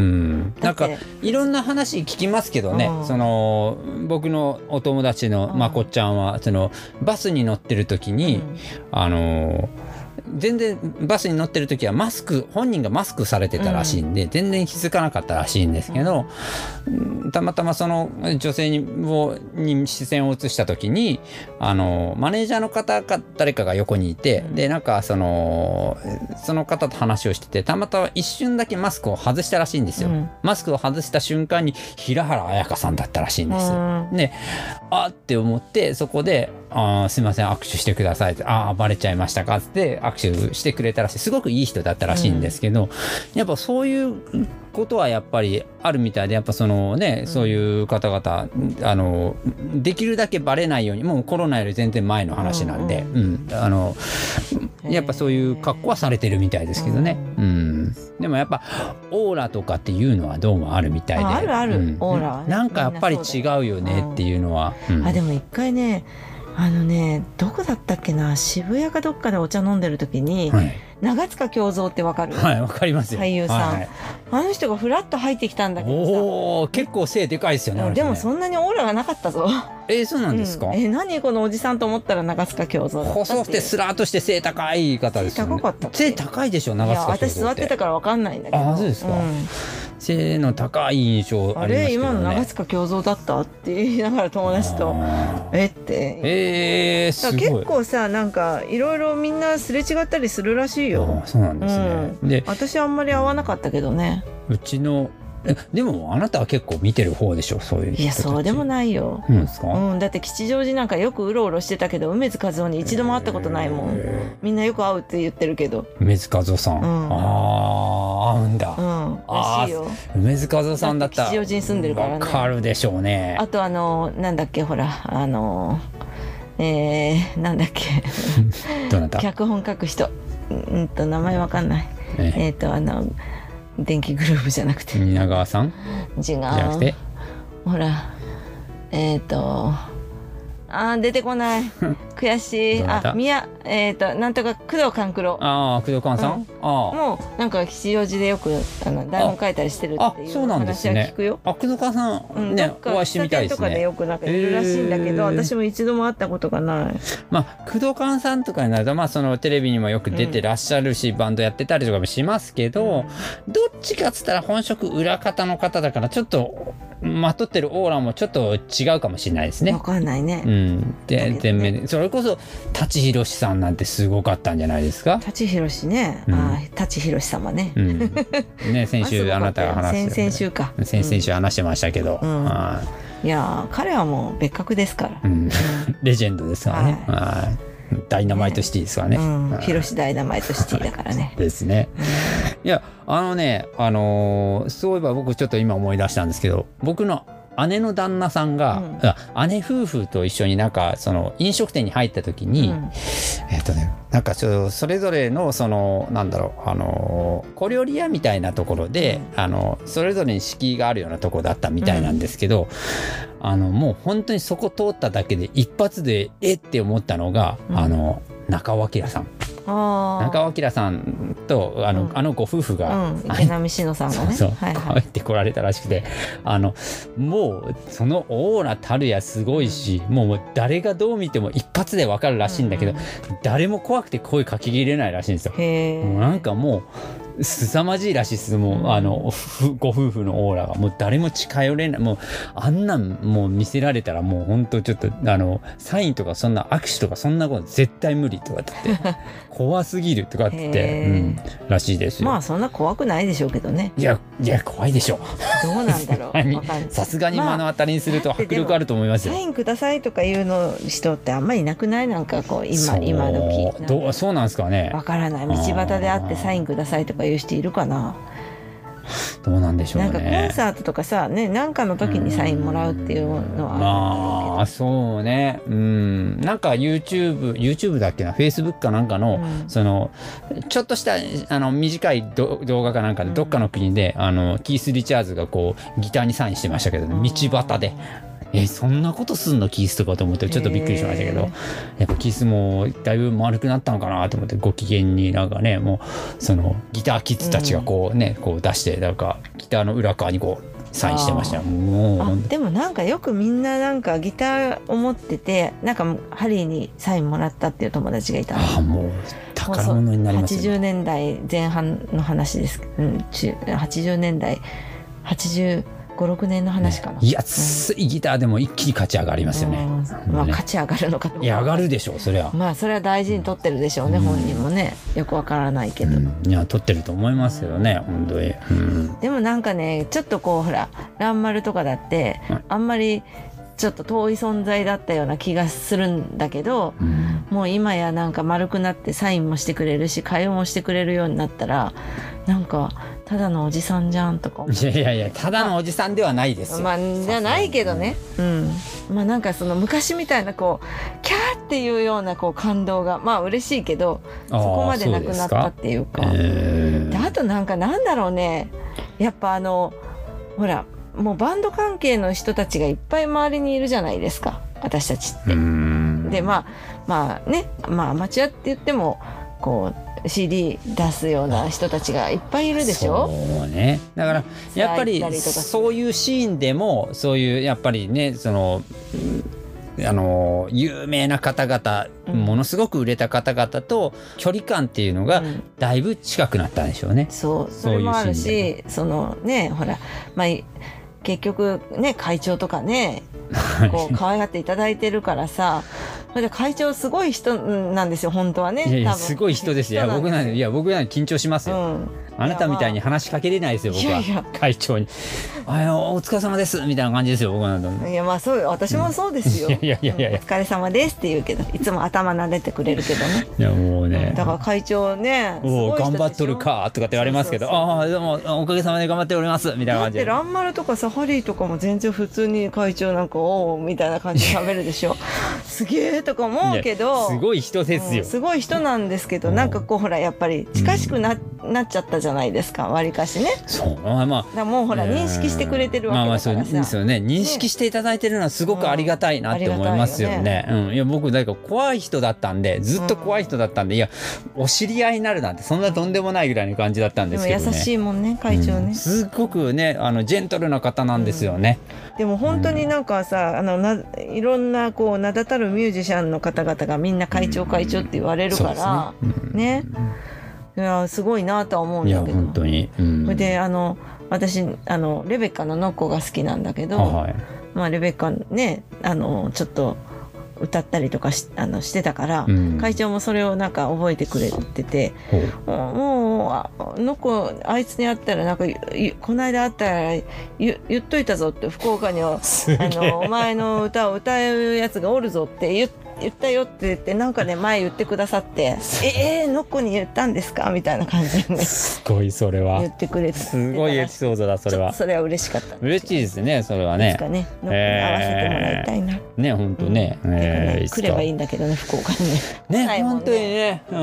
なんかいろんな話聞きますけどね、その僕のお友達のまこっちゃんはそのバスに乗ってる時に、うん、あの全然バスに乗ってる時はマスク本人がマスクされてたらしいんで、うん、全然気づかなかったらしいんですけど、うん、たまたまその女性にをに視線を移した時にあのマネージャーの方か誰かが横にいて、うん、でなんかそのその方と話をしててたまたま一瞬だけマスクを外したらしいんですよ、うん、マスクを外した瞬間に平原綾香さんだったらしいんです、うん、であって思ってそこであすいません握手してくださいってああバレちゃいましたかって握手してくれたらしい。すごくいい人だったらしいんですけど、うん、やっぱそういうことはやっぱりあるみたいでやっぱそのね、うん、そういう方々あのできるだけバレないようにもうコロナより全然前の話なんで、うんうん、あのやっぱそういう格好はされてるみたいですけどね、うんうん、でもやっぱオーラとかっていうのはどうもあるみたいであるある、うん、オーラはねなんかやっぱり違うよねっていうのは、 うん、あでも一回ねあのねどこだったっけな渋谷かどっかでお茶飲んでる時に、はい、長塚京三ってわかる？ はいわかりますよ俳優さん、はいはい、あの人がフラッと入ってきたんだけどさお結構背でかいですよね。 でもそんなにオーラがなかったぞ。 えー、そうなんですか、 うん、えー、何このおじさんと思ったら長塚京三だったっていう。 細くてスラーっとして背高い方ですよね。 背高かったっけ？ 背高いでしょ長塚京三って。 いや私座ってたからわかんないんだけど。 あそうですか、うん、背の高い印象ありますけどね。 あれ今の長塚京三だったって言いながら友達とえってえー、すごい。 結構さなんかいろいろみんなすれ違ったりするらしいよ。 あそうなんですね、 うん、で私あんまり合わなかったけどね。 うちのえでもあなたは結構見てる方でしょそういう人たち。 いやそうでもないよ、 うんですか、 うん、だって吉祥寺なんかよくうろうろしてたけど梅津和夫に一度も会ったことないもん。みんなよく会うって言ってるけど梅津和夫さん、うん、ああ会うんだ、 うん、らしいよ。 梅津和夫さんだったら吉祥寺に住んでるからねわかるでしょうね。 あとあのなんだっけほらあのえー、なんだっけどなた？ 脚本書く人、うんと名前わかんない。 ええっ、ー、とあの電気グループじゃなくて、 蜷川さん違う。 じゃなくて、 ほらえっ、ー、とあー出てこない悔しい。あ宮えっ、ー、となんとか工藤官九郎。 ああ工藤官さん、うん、あもうなんか吉祥寺でよくあの台本書いたりしてるっていう話は聞くよ。 あ工藤官さんね、うん、お会いしてみたいですね。 とかでよくなんかいるらしいんだけど、えー、私も一度も会ったことがない。 まあ工藤官さんとかになるとまあそのテレビにもよく出てらっしゃるし、うん、バンドやってたりとかもしますけど、うん、どっちかっつったら本職裏方の方だからちょっとまとってるオーラもちょっと違うかもしれないですね。 わかんないね。 うん。で、ね、全面それこそ舘ひろしさんなんてすごかったんじゃないですか。 舘ひろしね。うん、あ舘ひろし様ね。 うん、ね先週あなたが話して先々週か。 先々週話してましたけど。うん、 いや彼はもう別格ですから。 うん、レジェンドですからね。はい。ダイナマイトシティですからね。 ヒロシダイナマイトシティだからね。 ですね。いやあのねあのー、そういえば僕ちょっと今思い出したんですけど、僕の姉の旦那さんが、うん、姉夫婦と一緒になんかその飲食店に入った時に、うん、えっとねなんかちょそれぞれのそのなんだろうあの小料理屋みたいなところで、うん、あのそれぞれに敷居があるようなところだったみたいなんですけど、うん、あのもう本当にそこ通っただけで一発でえって思ったのが、うん、あの中尾明さん。中尾明さんとあの、うん、あのご夫婦が、 うん、池波志乃さんがねそうそう、はいはい、帰ってこられたらしくて、あのもうそのオーラたるやすごいし、うん、もう誰がどう見ても一発で分かるらしいんだけど、うんうん、誰も怖くて声かけきれないらしいんですよ。 へもうなんかもう凄まじいらしいです。もう、うん、あのご夫婦のオーラがもう誰も近寄れない。もうあんなんもう見せられたらもう本当ちょっとあのサインとかそんな握手とかそんなこと絶対無理とかって言って怖すぎるとかって言って、うん、らしいですよ。 まあそんな怖くないでしょうけどね。 いやいや怖いでしょう。 どうなんだろう。 さすがに目の当たりにすると迫力あると思いますよ。 サインくださいとかいうの人ってあんまりいなくない？なんかこう今今時どうそうなんですかね。 わからない。道端で会ってサインくださいとかいう人いるかな。 どうなんでしょうね。 なんかコンサートとかさね、なんかの時にサインもらうっていうのはあるんだろうけど、 まあそうね、うん、なんか YouTube YouTube だっけな Facebook かなんかの、うん、そのちょっとしたあの短い動画かなんかでどっかの国で、うん、あのキース・リチャーズがこうギターにサインしてましたけど、ね、道端で。えそんなことすんのキースとかと思ってちょっとびっくりしましたけど、やっぱキースもだいぶ丸くなったのかなと思って、ご機嫌になんかねもうそのギターキッズたちがこうね、うん、こう出してなんかギターの裏側にこうサインしてました。もうでもなんかよくみんななんかギターを持っててなんかハリーにサインもらったっていう友達がいたの。 あもう宝物になりますよね。 はちじゅうねんだいぜん半の話です、うん、はちじゅうねんだいはちじゅうご、ろくねんの話かな、 ね、いや安いギターでも一気に勝ち上がりますよね。 うん、まあ勝ち上がるのかどうか。 いや上がるでしょうそれは。 まあそれは大事に取ってるでしょうね、うん、本人もねよくわからないけど、うん、 いや取ってると思いますけどね、うん、本当に、うん、 でもなんかねちょっとこうほら蘭丸とかだって、うん、あんまりちょっと遠い存在だったような気がするんだけど、うん、もう今やなんか丸くなってサインもしてくれるし会話もしてくれるようになったらなんかただのおじさんじゃんとか思って。 いやいやいやただのおじさんではないですよ。 まあじゃないけどね、うん、まあなんかその昔みたいなこうキャーっていうようなこう感動がまあ嬉しいけどそこまでなくなったっていうか。であとなんかなんだろうねやっぱあのほらもうバンド関係の人たちがいっぱい周りにいるじゃないですか私たちって。でまあまあねまあアマチュアって言ってもこう シーディー 出すような人たちがいっぱいいるでしょ。 そうねだからやっぱりそういうシーンでもそういうやっぱりねそのあの有名な方々、うん、ものすごく売れた方々と距離感っていうのがだいぶ近くなったんでしょうね、うん、そうそれもあるしそのねほらまあ結局ね会長とかねこう可愛がっていただいてるからさそれで会長すごい人なんですよ本当はね。 いやいやすごい人ですよ。いや僕なんいや僕なん緊張しますよ、うん、あなたみたいに話しかけれないですよ僕は。いやいや会長にあお疲れ様ですみたいな感じですよ僕なんて。 いやまあそう私もそうですよ、 うん、いやいやいやいや、 うん、お疲れ様ですって言うけどいつも頭撫でてくれるけどね。 いやもうね、 うん、だから会長ねすごい人でしょ。 頑張っとるかとかって言われますけどああでもおかげさまで頑張っておりますみたいな感じで。 だって蘭丸とかさハリーとかも全然普通に会長なんかおおみたいな感じで喋るでしょ。 すげえとか思うけど、 すごい人ですよ、 うん、すごい人なんですけど、なんかこうほらやっぱり近しくな、うん、なっちゃったじゃないですか、わりかしね。 そうまあまあだからもうほら認識してくれてるわけだからさ、 まあまあそうですよね、認識していただいてるのはすごくありがたいなって思いますよね。うん、うん、いや僕だから怖い人だったんで、ずっと怖い人だったんで、うん、いやお知り合いになるなんてそんなとんでもないぐらいの感じだったんですけどね。 でも優しいもんね会長ね、うん、 すごくねあのジェントルな方なんですよね。 うん、でも本当になんかさ、あのないろんなこう名だたるミュージシャンの方々がみんな会長会長って言われるから、うん、ね、いやすごいなとは思うんだけど。いや本当に、うん、 であの私あのレベッカのノッコが好きなんだけど、はい、まあレベッカねあのちょっと歌ったりとか し, あのしてたから、うん、会長もそれをなんか覚えてくれてて、うん、もうノッコあいつに会ったらなんかこの間会ったら 言, 言っといたぞって、福岡にはあのお前の歌を歌うやつがおるぞって言って言ったよって言って、なんかね前言ってくださってええー、ノッコに言ったんですかみたいな感じでねすごいそれは言ってくれて、 すごいエピソードだそれは。 それは嬉しかった。 嬉しいですねそれはね。 いつかねノッコに合わせてもらいたいな、えー、 ね本当ね、うんえー、 ね来ればいいんだけどね福岡にねね本当にね、うん、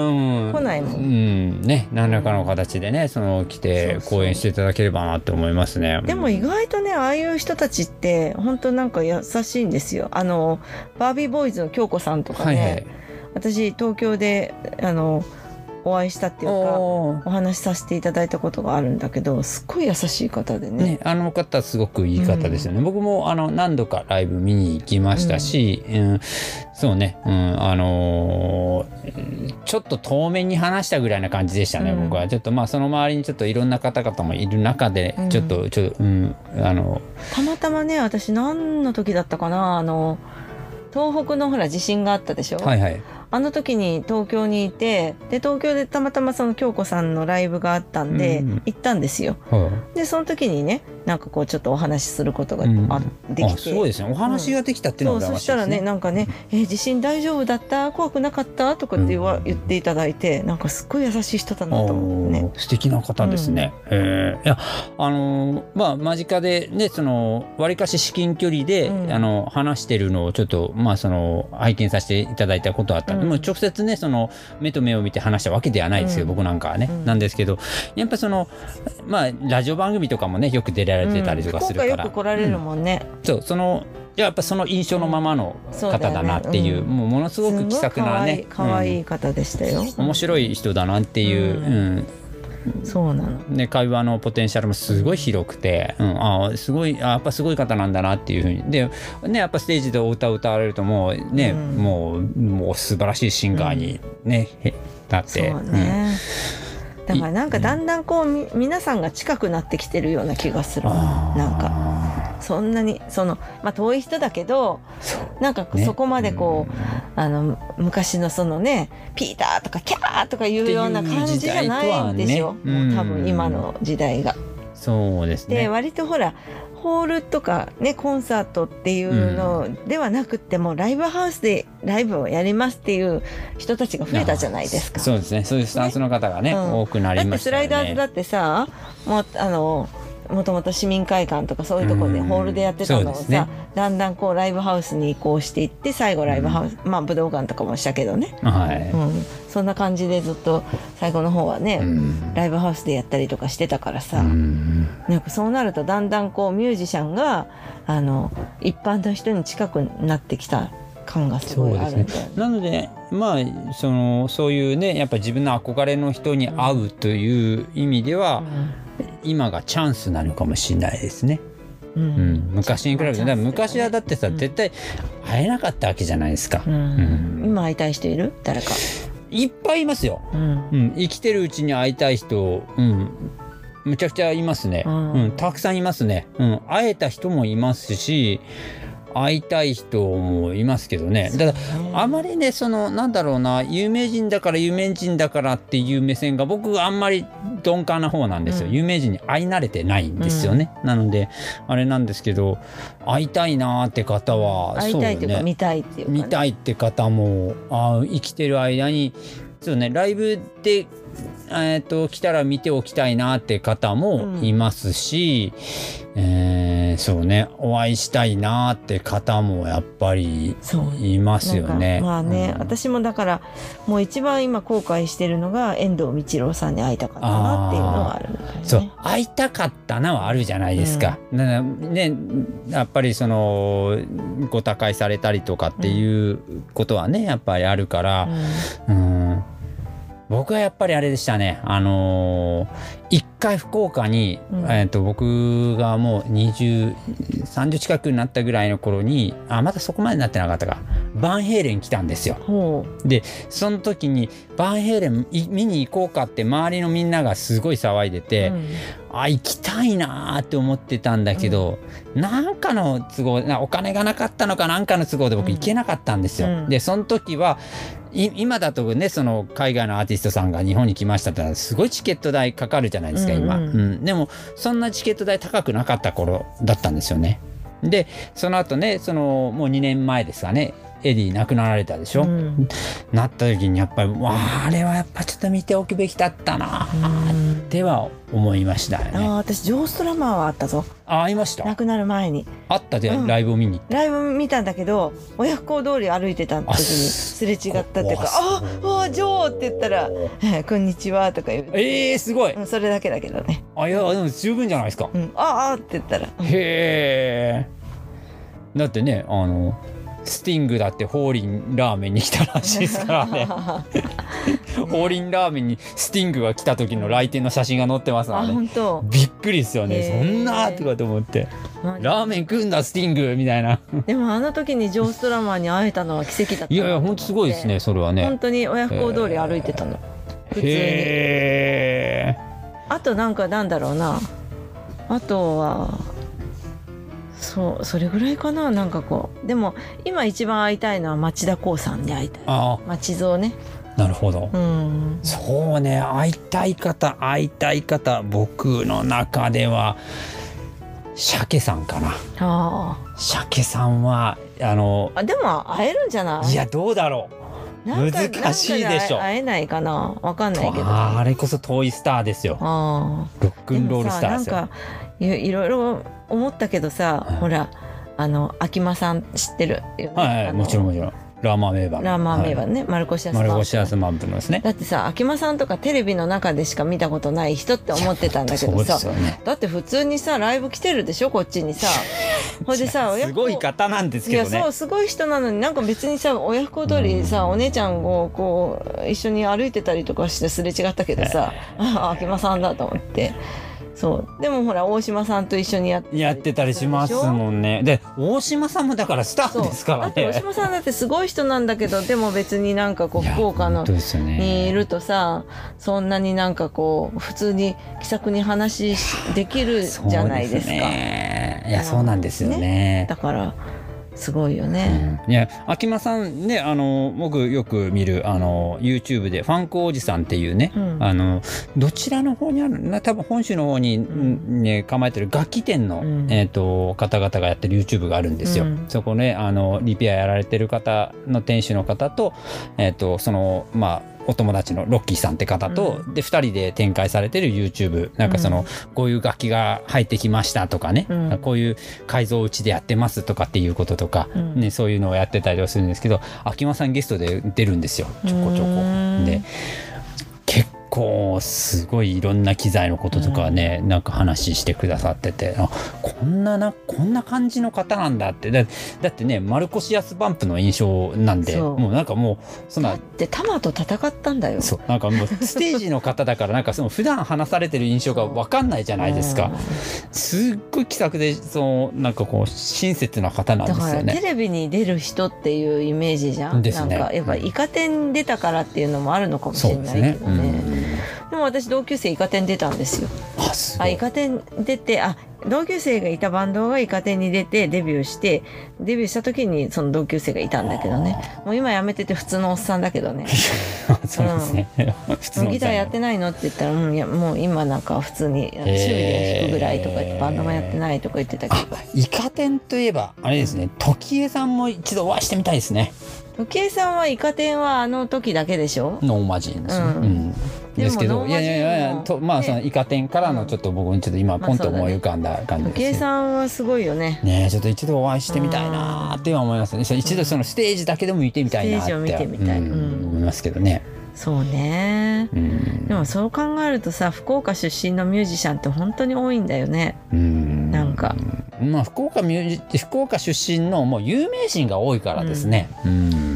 来ないもん、 うんね何らかの形でねその来て講演していただければなって思いますね。 でも意外とねああいう人たちって本当なんか優しいんですよ。あのバービーボーイズの京子さんとかね、はいはい、私東京であのお会いしたっていうかお話しさせていただいたことがあるんだけど、すっごい優しい方で ね, ねあの方すごくいい方ですよね、うん、僕もあの何度かライブ見に行きましたし、うんうん、そうね、うん、あのー、ちょっと遠目に話したぐらいな感じでしたね、うん、僕はちょっとまあその周りにちょっといろんな方々もいる中でちょっと、うん、ちょっと、うん、あのたまたまね私何の時だったかな、あの東北のほら地震があったでしょ、 はいはい、 あの時に東京にいて、で東京でたまたまその京子さんのライブがあったんで、うん、行ったんですよ、はい、でその時にねなんかこうちょっとお話しすることが、うん、できて、あすごいですねお話ができたっていうのが、 うん、そうそしたらねなんかね、えー、地震大丈夫だった怖くなかったとかって言わ、うん、言っていただいて、なんかすっごい優しい人だなと思ってね。 素敵な方ですね、うん、えー、いやあのー、まあ間近でねそのわりかし至近距離で、うん、あの話してるのをちょっとまあその拝見させていただいたことはあったんで、うん、もう直接ねその目と目を見て話したわけではないですよ、うん、僕なんかはね、うん、なんですけどやっぱそのまあラジオ番組とかもねよく出られてたりとかするから、うん、 福岡よく来られるもんね、 うん、そうそのやっぱその印象のままの方だなっていう、うん、もうものすごく気さくなねかわいい方でしたよ、うん、 面白い人だなっていう、うんうん、そうなの、 ね、会話のポテンシャルもすごい広くて、うん、あすごいあやっぱすごい方なんだなっていうふうにで、ね、やっぱステージでお歌を歌われるともうね、うん、もう、もう素晴らしいシンガーに、ねうん、なって、 そうね、うん、だからなんかだんだんこう、うん、皆さんが近くなってきてるような気がする。なんかそんなにその、まあ、遠い人だけどなんかそこまでこう、ね、あの昔のそのねピーターとかキャーとかいうような感じじゃないんでしょ、ね、もう多分今の時代が。 そうですね。 で割とほらホールとかねコンサートっていうのではなくても、うん、ライブハウスでライブをやりますっていう人たちが増えたじゃないですか。 そうですねそういうスタンスの方が ね, ね、うん、多くなりましたよね。 だってスライダーズだってさもうあのもともと市民会館とかそういうところでホールでやってたのをさ、ね、だんだんこうライブハウスに移行していって最後ライブハウス、うん、まあ武道館とかもしたけどね、 はいうん、そんな感じでずっと最後の方はね、うん、ライブハウスでやったりとかしてたからさ、うん、なんかそうなるとだんだんこうミュージシャンがあの一般の人に近くなってきた感がすごいあるんだよね。そうですね。 なのでまあそのそういうねやっぱ自分の憧れの人に会うという意味では、うん今がチャンスなのかもしれないですね、うんうん、昔に比べて、ね、昔はだってさ、うん、絶対会えなかったわけじゃないですか、うんうん、今会いたい人いる？誰かいっぱいいますよ、うんうん、生きてるうちに会いたい人、うん、むちゃくちゃいますね、うんうん、たくさんいますね、うん、会えた人もいますし会いたい人もいますけどね。だからあまりねそのなんだろうな有名人だから有名人だからっていう目線が僕あんまり鈍感な方なんですよ、うん、有名人に会い慣れてないんですよね、うん、なのであれなんですけど会いたいなって方は会いたいっていうか、ね、見たいっていうか、ね、 見たいって方もあ生きてる間にそうねライブでえー、と来たら見ておきたいなって方もいますし、うん、えー、そうねお会いしたいなって方もやっぱりいますよね。 まあね、 うん、 私もだからもう一番今後悔してるのが遠藤道郎さんに会いたかったなっていうのがあるみたいな、ね、 そう会いたかったなはあるじゃないですか。うん、だからねやっぱりそのご他界されたりとかっていうことはねやっぱりあるから、うん、うん、僕はやっぱりあれでしたね、あのー、一回福岡に、うん、えー、と僕がもうにじゅう、さんじゅう近くになったぐらいの頃に、あまだそこまでなってなかったか、バンヘイレン来たんですよ。でその時にバンヘイレン見に行こうかって周りのみんながすごい騒いでて、うん、あ行きたいなって思ってたんだけど、うん、なんかの都合お金がなかったのかなんかの都合で僕行けなかったんですよ。うん、でその時は今だとねその海外のアーティストさんが日本に来ましたってすごいチケット代かかるじゃないですか今、うんうんうん、でもそんなチケット代高くなかった頃だったんですよね。でその後ねそのもうにねんまえですかねエディ亡くなられたでしょ、うん、なった時にやっぱりわあれはやっぱちょっと見ておくべきだったなっては思いましたよね。 あ私ジョーストラマーはあったぞ。 あいました亡くなる前にあったで、うん、ライブを見に行った。 ライブ見たんだけど親不孝通り歩いてた時にすれ違ったっていうかああジョーって言ったらこんにちはとか言うえー、すごい、 うん、それだけだけどね。 あいやでも十分じゃないですか、 うん、ああって言ったら、うん、へえだってねあのスティングだってホーリンラーメンに来たらしいですからねホーリンラーメンにスティングが来た時の来店の写真が載ってますからね。本当びっくりですよね。そんなとかと思ってラーメン食うんだスティングみたいなでもあの時にジョーストラマーに会えたのは奇跡だった。 いやいや本当すごいですねそれはね。 本当に親不孝通り歩いてたの普通に。へあとなんかなんだろうなあとはそうそれぐらいかな。なんかこうでも今一番会いたいのは町田光さんに会いたい。あ町蔵ね。 なるほど、うん、そうね会いたい方会いたい方僕の中では鮭さんかな。あ鮭さんはあのあでも会えるんじゃない。 いやどうだろう難しいでしょ。 会えないかなわかんないけど、 あ, あれこそ遠いスターですよ。あロックンロールスターですよ。 なんか い, いろいろ思ったけどさ、はい、ほらあの秋間さん知ってるよね。 はい、はい、もちろんもちろんラーマー名盤ラーマー名盤ね、はい、マルコシアスマンプマルコシアスマンプのですね。 だってさ秋間さんとかテレビの中でしか見たことない人って思ってたんだけどさ、ね、だって普通にさライブ来てるでしょこっちにさほいでさすごい方なんですけどね。 いやそうすごい人なのになんか別にさ親不孝通りさ、うん、お姉ちゃんをこう一緒に歩いてたりとかしてすれ違ったけどさ、ああ秋間さんだと思って。そうでもほら大島さんと一緒にやってたりやってたりしますもんね。で大島さんもだからスターですからね。だって大島さんだってすごい人なんだけどでも別になんかこう福岡のにいるとさそんなになんかこう普通に気さくに話できるじゃないですか。そうですね。 いやそうなんですよね。 ねだからすごいよね、 うん、いや秋間さんねあの僕よく見るあの YouTube でファンクおじさんっていうね、うん、あのどちらの方にあるな多分本州の方に、うんね、構えてる楽器店の、うんえー、と方々がやってる YouTube があるんですよ、うん、そこねあのリペアやられてる方の店主の方と、えー、とそのまあお友達のロッキーさんって方と、うん、でふたりで展開されてる YouTube なんかその、うん、こういう楽器が入ってきましたとかね、うん、こういう改造うちでやってますとかっていうこととか、うんね、そういうのをやってたりはするんですけど秋間さんゲストで出るんですよちょこちょこで結構すごいいろんな機材のこととかね、うん、なんか話してくださっててあこんななこんな感じの方なんだってだ, だってねマルコシアスバンプの印象なんでもうなんかもうそんなだってタマと戦ったんだよ。 そうなんかもうステージの方だからなんかその普段話されてる印象が分かんないじゃないですか。すっごい気さくでそのなんかこう親切な方なんですよね。 だからテレビに出る人っていうイメージじゃん。ですね、なんかやっぱイカ天出たからっていうのもあるのかもしれないけどね。でも私同級生イカ天出たんですよ。あ、すごい。あイカ天出てあ同級生がいたバンドがイカ天に出てデビューしてデビューした時にその同級生がいたんだけどねもう今やめてて普通のおっさんだけどねそうですね、 うん、普通のギターやってないのって言ったら、うん、いやもう今なんか普通に趣味で弾くぐらいとか言って、えー、バンドもやってないとか言ってたけどイカ天といえばあれですね時江さんも一度お会いしてみたいですね。 時江さんはイカ天はあの時だけでしょ。 ノーマジンですね、うんうんですけど、いやいやいやいやととまあそのイカ天からのちょっと僕にちょっと今ポンと思い浮かんだ感じです計算はすごいよね。 ね。ちょっと一度お会いしてみたいなって思いますね。一度そのステージだけでも見てみたいなって、 ステージを見てみたい、 うん、思いますけどね。 そうね、 うん、 でもそう考えるとさ、福岡出身のミュージシャンって本当に多いんだよね。 うん、 なんかまあ福岡ミュージ福岡出身のもう有名人が多いからですね。うん、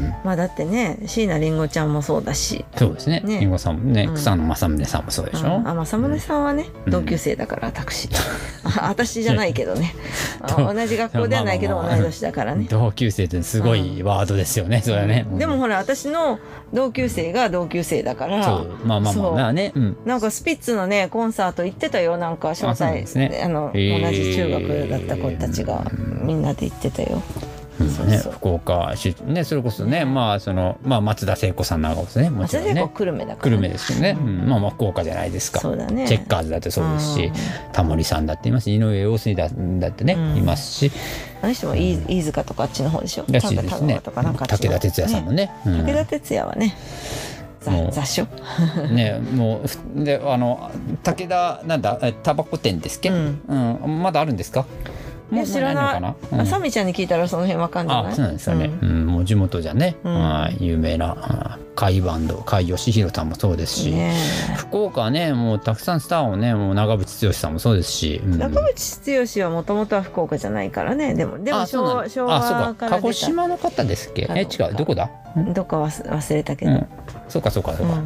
まあだってね、椎名林檎ちゃんもそうだし。 そうですね。林檎さんもね、草野正宗さんもそうでしょ。 あ、正宗さんはね、同級生だから私。私じゃないけどね。同じ学校ではないけど同い年だからね。 同級生ってすごいワードですよね。それはね。 でもほら私の同級生が同級生だから。 そう、まあまあまあまあね。 なんかスピッツのねコンサート行ってたよ。なんか招待あの同じ中学だった子たちがみんなで行ってたよ。 ね、福岡しね、それこそね、まあそのまあ松田聖子さんなんかですね、もちろんね。 松田聖子久留米だから、 久留米ですよね。うん、まあまあ福岡じゃないですか。 そうだね。 チェッカーズだってそうですし、タモリさんだっていますし、井上陽水だだってね、うん、いますし。 あの人も飯、飯塚とかあっちの方でしょ。 らしいですね。武田鉄矢さんもね。 うん、武田鉄矢はね。雑所ね、もうであの武田なんだタバコ店ですっけ、うんうん、まだあるんですか。 もう知らないのかな。サミちゃんに聞いたらその辺わかんない。 あ、そうなんですよね。うん、もう地元じゃね、有名な甲斐バンド、甲斐義弘さんもそうですし、福岡はね、もうたくさんスターをね、もう長渕剛さんもそうですし、 長渕剛はもともとは福岡じゃないからね。でもでも昭和から出た。 鹿児島の方ですっけ。え、違う、どこだ？ どっか忘れたけど。 そうかそうかそうか。うん、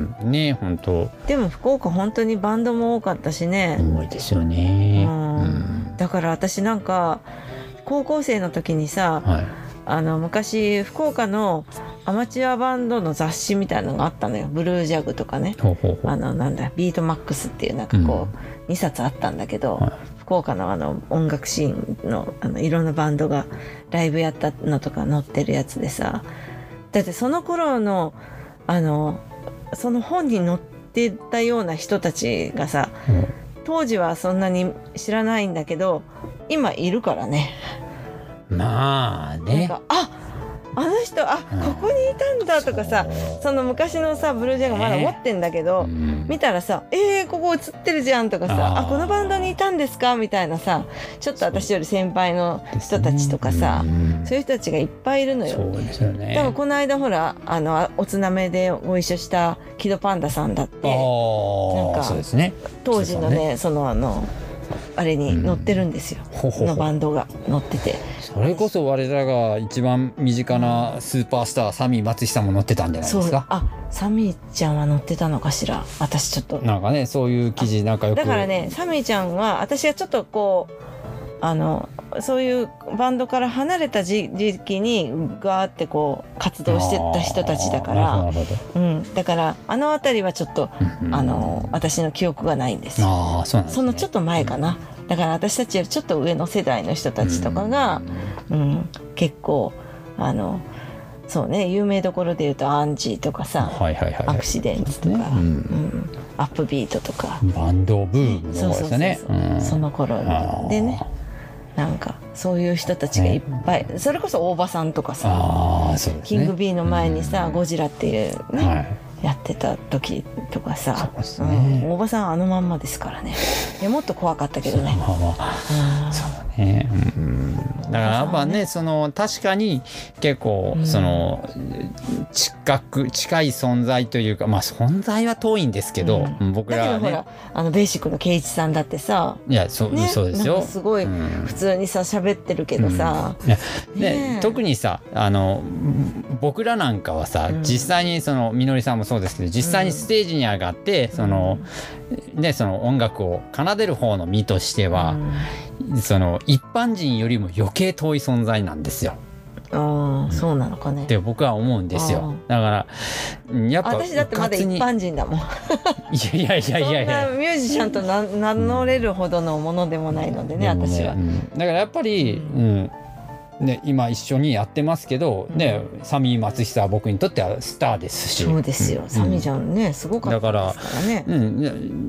ね、本当。 でも福岡本当にバンドも多かったしね。 多いですよね。 だから私なんか高校生の時にさ、はい、あの昔福岡のアマチュアバンドの雑誌みたいなのがあったのよ。ブルージャグとかね、ほうほうほう、あのなんだビートマックスっていうなんかこう、うん、にさつあったんだけど、はい、福岡のあの音楽シーン の, あのいろんなバンドがライブやったのとか載ってるやつでさ、だってその頃のあのその本に載ってたような人たちがさ、うん、当時はそんなに知らないんだけど今いるからね。 まあね。 なんかああの人あ、うん、ここにいたんだとかさ、その昔のさブルージャガまだ持ってんだけど、えー、見たらさえー、ここ映ってるじゃんとかさ あ, あこのバンドにいたんですかみたいなさ、ちょっと私より先輩の人たちとかさ、そう、ね、そういう人たちがいっぱいいるのよ。 そうですよね。 多分この間ほらあのおつなめでご一緒したキドパンダさんだってなんかそうですね、 当時のねそのあのあれに載ってるんですよ、うん、ほほほのバンドが載ってて、 それこそ我らが一番身近なスーパースターサミー松久も載ってたんじゃないですか。 あ、サミーちゃんは載ってたのかしら。私ちょっとなんかねそういう記事なんかよくだからね、サミーちゃんは私がちょっとこうあのそういうバンドから離れた時期にガーってこう活動してた人たちだから、うん、だからあの辺りはちょっと、うん、あの私の記憶がないんですよ。 あ、そうなんですね。 そのちょっと前かな。だから私たちよりちょっと上の世代の人たちとかが、うんうん、結構あのそうね、有名どころでいうとアンジーとかさ、はいはいはいはい、アクシデンツとか、ね、うんうん、アップビートとかバンドブームの頃ですね。 その頃でね、なんかそういう人たちがいっぱい、ね、それこそ大場さんとかさ、あ、そうですね、キング B の前にさ、うん、ゴジラっていうね、はい、やってた時とかさ、そうですね、うん、大場さんあのまんまですからね。いやもっと怖かったけどね。そう、 そうね、うん、だからやっぱね、その確かに結構その、うん、近く近い存在というか、まあ存在は遠いんですけど、うん、僕らはね、だけどほらあのベーシックの圭一さんだってさ、 いや そ,、ね、そうですよ。 すごい普通にさ喋ってるけどさ、 うん、いやで、ね、特にさあの僕らなんかはさ、うん、実際にそのみのりさんもそうですけど、実際にステージに上がって、うん、そのね、その音楽を奏でる方の身としては、うん、その一般人よりも余計遠い存在なんですよ。 ああ、そうなのかねって僕は思うんですよ。だからやっぱ私だってまだ一般人だもん。いやいやいやいやいや、 そんなミュージシャンと名乗れるほどのものでもないのでね、うん、私は、 うん、だからやっぱり、うんうんね、今一緒にやってますけど、ね、うん、サミー松久は僕にとってはスターですし。 そうですよ、うん、サミーちゃんねすごかったですからね。 だから、うん、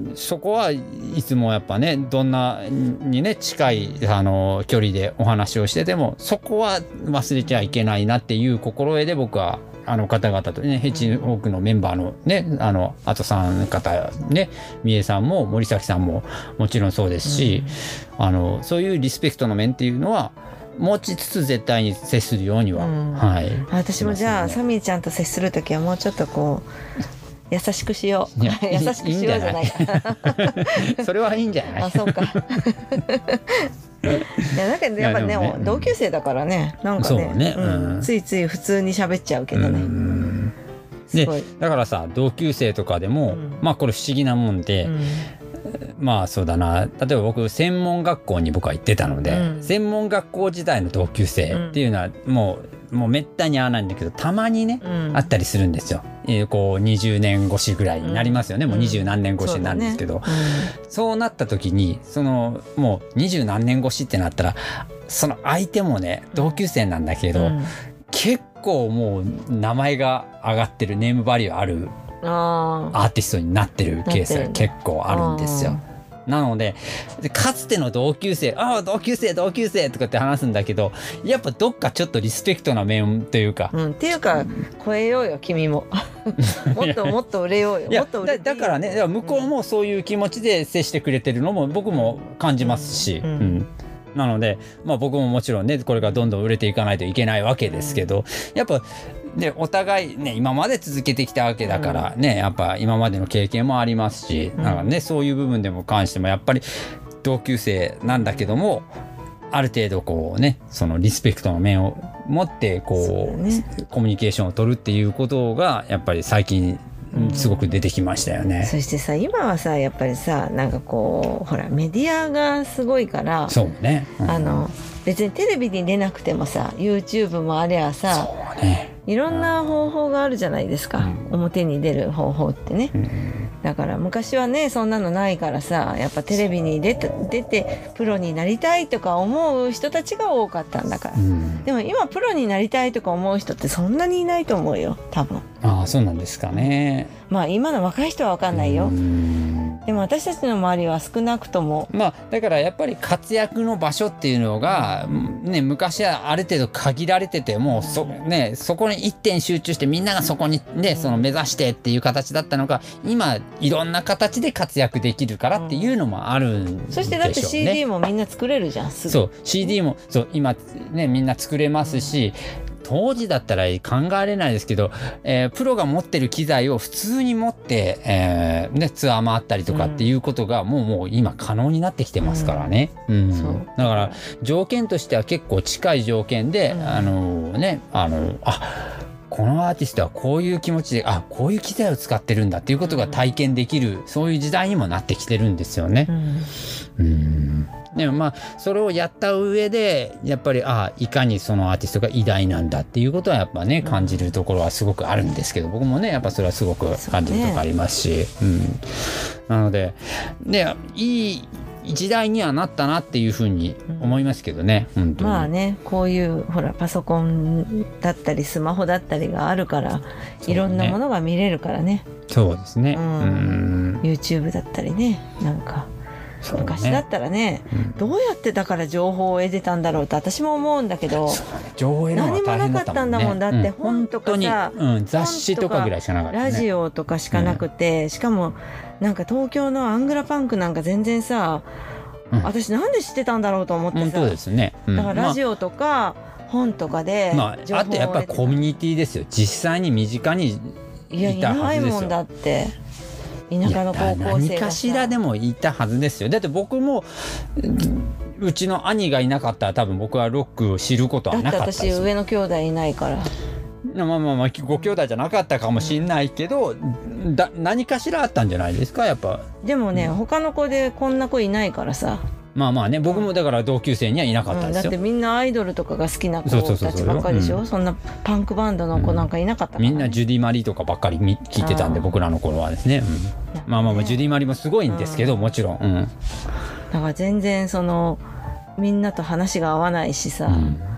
そこはいつもやっぱねどんなにね近いあの距離でお話をしててもそこは忘れちゃいけないなっていう心得で僕はあの方々とねヘッジホークのメンバーのねあのあとさん方ね三重さんも森崎さんももちろんそうですし、うん、あのそういうリスペクトの面っていうのは持ちつつ絶対に接するようには、うん、はい、 私もじゃあ、ね、サミーちゃんと接するときはもうちょっとこう優しくしよう優しくしようじゃないかそれはいいんじゃないあそうかいやだけどやっぱ ね, ね同級生だからねなんか ね, ね、うん、ついつい普通に喋っちゃうけどね、うん、 でだからさ同級生とかでも、うん、まあこれ不思議なもんで、うん、まあそうだな例えば僕専門学校に僕は行ってたので、うん、専門学校時代の同級生っていうのはもう、もうめったに会わないんだけどたまにね、うん、会ったりするんですよ、えー、こうにじゅうねん越しぐらいになりますよね、うん、もうにじゅう何年越しになるんですけど、うん そうだねうん、そうなった時にそのもうにじゅう何年越しってなったらその相手もね同級生なんだけど、うん、結構もう名前が上がってるネームバリューあるアーティストになってるケースが結構あるんですよ。なのでかつての同級生ああ同級生同級生とかって話すんだけどやっぱどっかちょっとリスペクトな面というか、 うん、っていうか超えようよ君ももっともっと売れようよ。 いやもっと売れていいだ, だからね向こうもそういう気持ちで接してくれてるのも僕も感じますし、うんうんうんなので、まあ、僕ももちろんねこれがどんどん売れていかないといけないわけですけど、やっぱでお互いね今まで続けてきたわけだからね、うん、やっぱ今までの経験もありますし、うん、だからねそういう部分でも関してもやっぱり同級生なんだけどもある程度こうねそのリスペクトの面を持ってこう、ね、コミュニケーションを取るっていうことがやっぱり最近すごく出てきましたよね、うん、 そしてさ今はさやっぱりさなんかこうほらメディアがすごいからそうね、うん、 あの別にテレビに出なくてもさ YouTube もありゃさそうねいろんな方法があるじゃないですか、うん、表に出る方法ってね、うん、だから昔はねそんなのないからさやっぱテレビに出て、出てプロになりたいとか思う人たちが多かったんだから、うん、でも今プロになりたいとか思う人ってそんなにいないと思うよ多分。 ああそうなんですかね。 まあ今の若い人は分かんないよ、でも私たちの周りは少なくともまあだからやっぱり活躍の場所っていうのが、ね、昔はある程度限られててもう そ,、ね、そこに一点集中してみんながそこに、ね、その目指してっていう形だったのが今いろんな形で活躍できるからっていうのもあるんでしょうね、うん、そしてだってシーディー もみんな作れるじゃんすぐ。 そう シーディー もそう今、ね、みんな作れますし、うん当時だったら考えられないですけど、えー、プロが持ってる機材を普通に持って、えーね、ツアー回ったりとかっていうことがもう、もう今可能になってきてますからね、うんうん、だから条件としては結構近い条件で、うん、あのねあのあこのアーティストはこういう気持ちであこういう機材を使ってるんだっていうことが体験できる、うん、そういう時代にもなってきてるんですよね、うんうんでもまあそれをやった上でやっぱりあいかにそのアーティストが偉大なんだっていうことはやっぱね感じるところはすごくあるんですけど僕もねやっぱそれはすごく感じるところありますし、う、ねうん、なのででいい時代にはなったなっていうふうに思いますけどね、うん、本当にまあねこういうほらパソコンだったりスマホだったりがあるからいろんなものが見れるからねそうですね、 うん、うん YouTube だったりねなんかね、昔だったらね、うん、どうやってだから情報を得てたんだろうと私も思うんだけど情報を得るのが大変だったもんね。 何もなかったんだもんだって、うん、本とかさ、 うん、雑誌とかぐらいしかなかった、ね、 ラジオとかしかなくて、うん、しかもなんか東京のアングラパンクなんか全然さ、うん、私なんで知ってたんだろうと思ってさ、 本当ですね、うん、 だからラジオとか、まあ、本とかで情報を得てた、 まあ、あとやっぱりコミュニティですよ実際に身近にいたはずですよ。いやいないもんだって田舎の高校生が何かしらでもいたはずですよ。だって僕もうちの兄がいなかったら多分僕はロックを知ることはなかったですよ。 だって私上の兄弟いないからまあまあまあご兄弟じゃなかったかもしれないけど、うん、だ何かしらあったんじゃないですかやっぱ。 でもね、うん、他の子でこんな子いないからさまあまあね僕もだから同級生にはいなかったですよ、 うん、だってみんなアイドルとかが好きな子たちばっかりでしょ。そんなパンクバンドの子なんかいなかったから、ねうん、みんなジュディ・マリとかばっかり聞いてたんで僕らの頃はですね、うん、まあまあまあジュディ・マリもすごいんですけど、うん、もちろん、うん、 だから全然そのみんなと話が合わないしさ、うん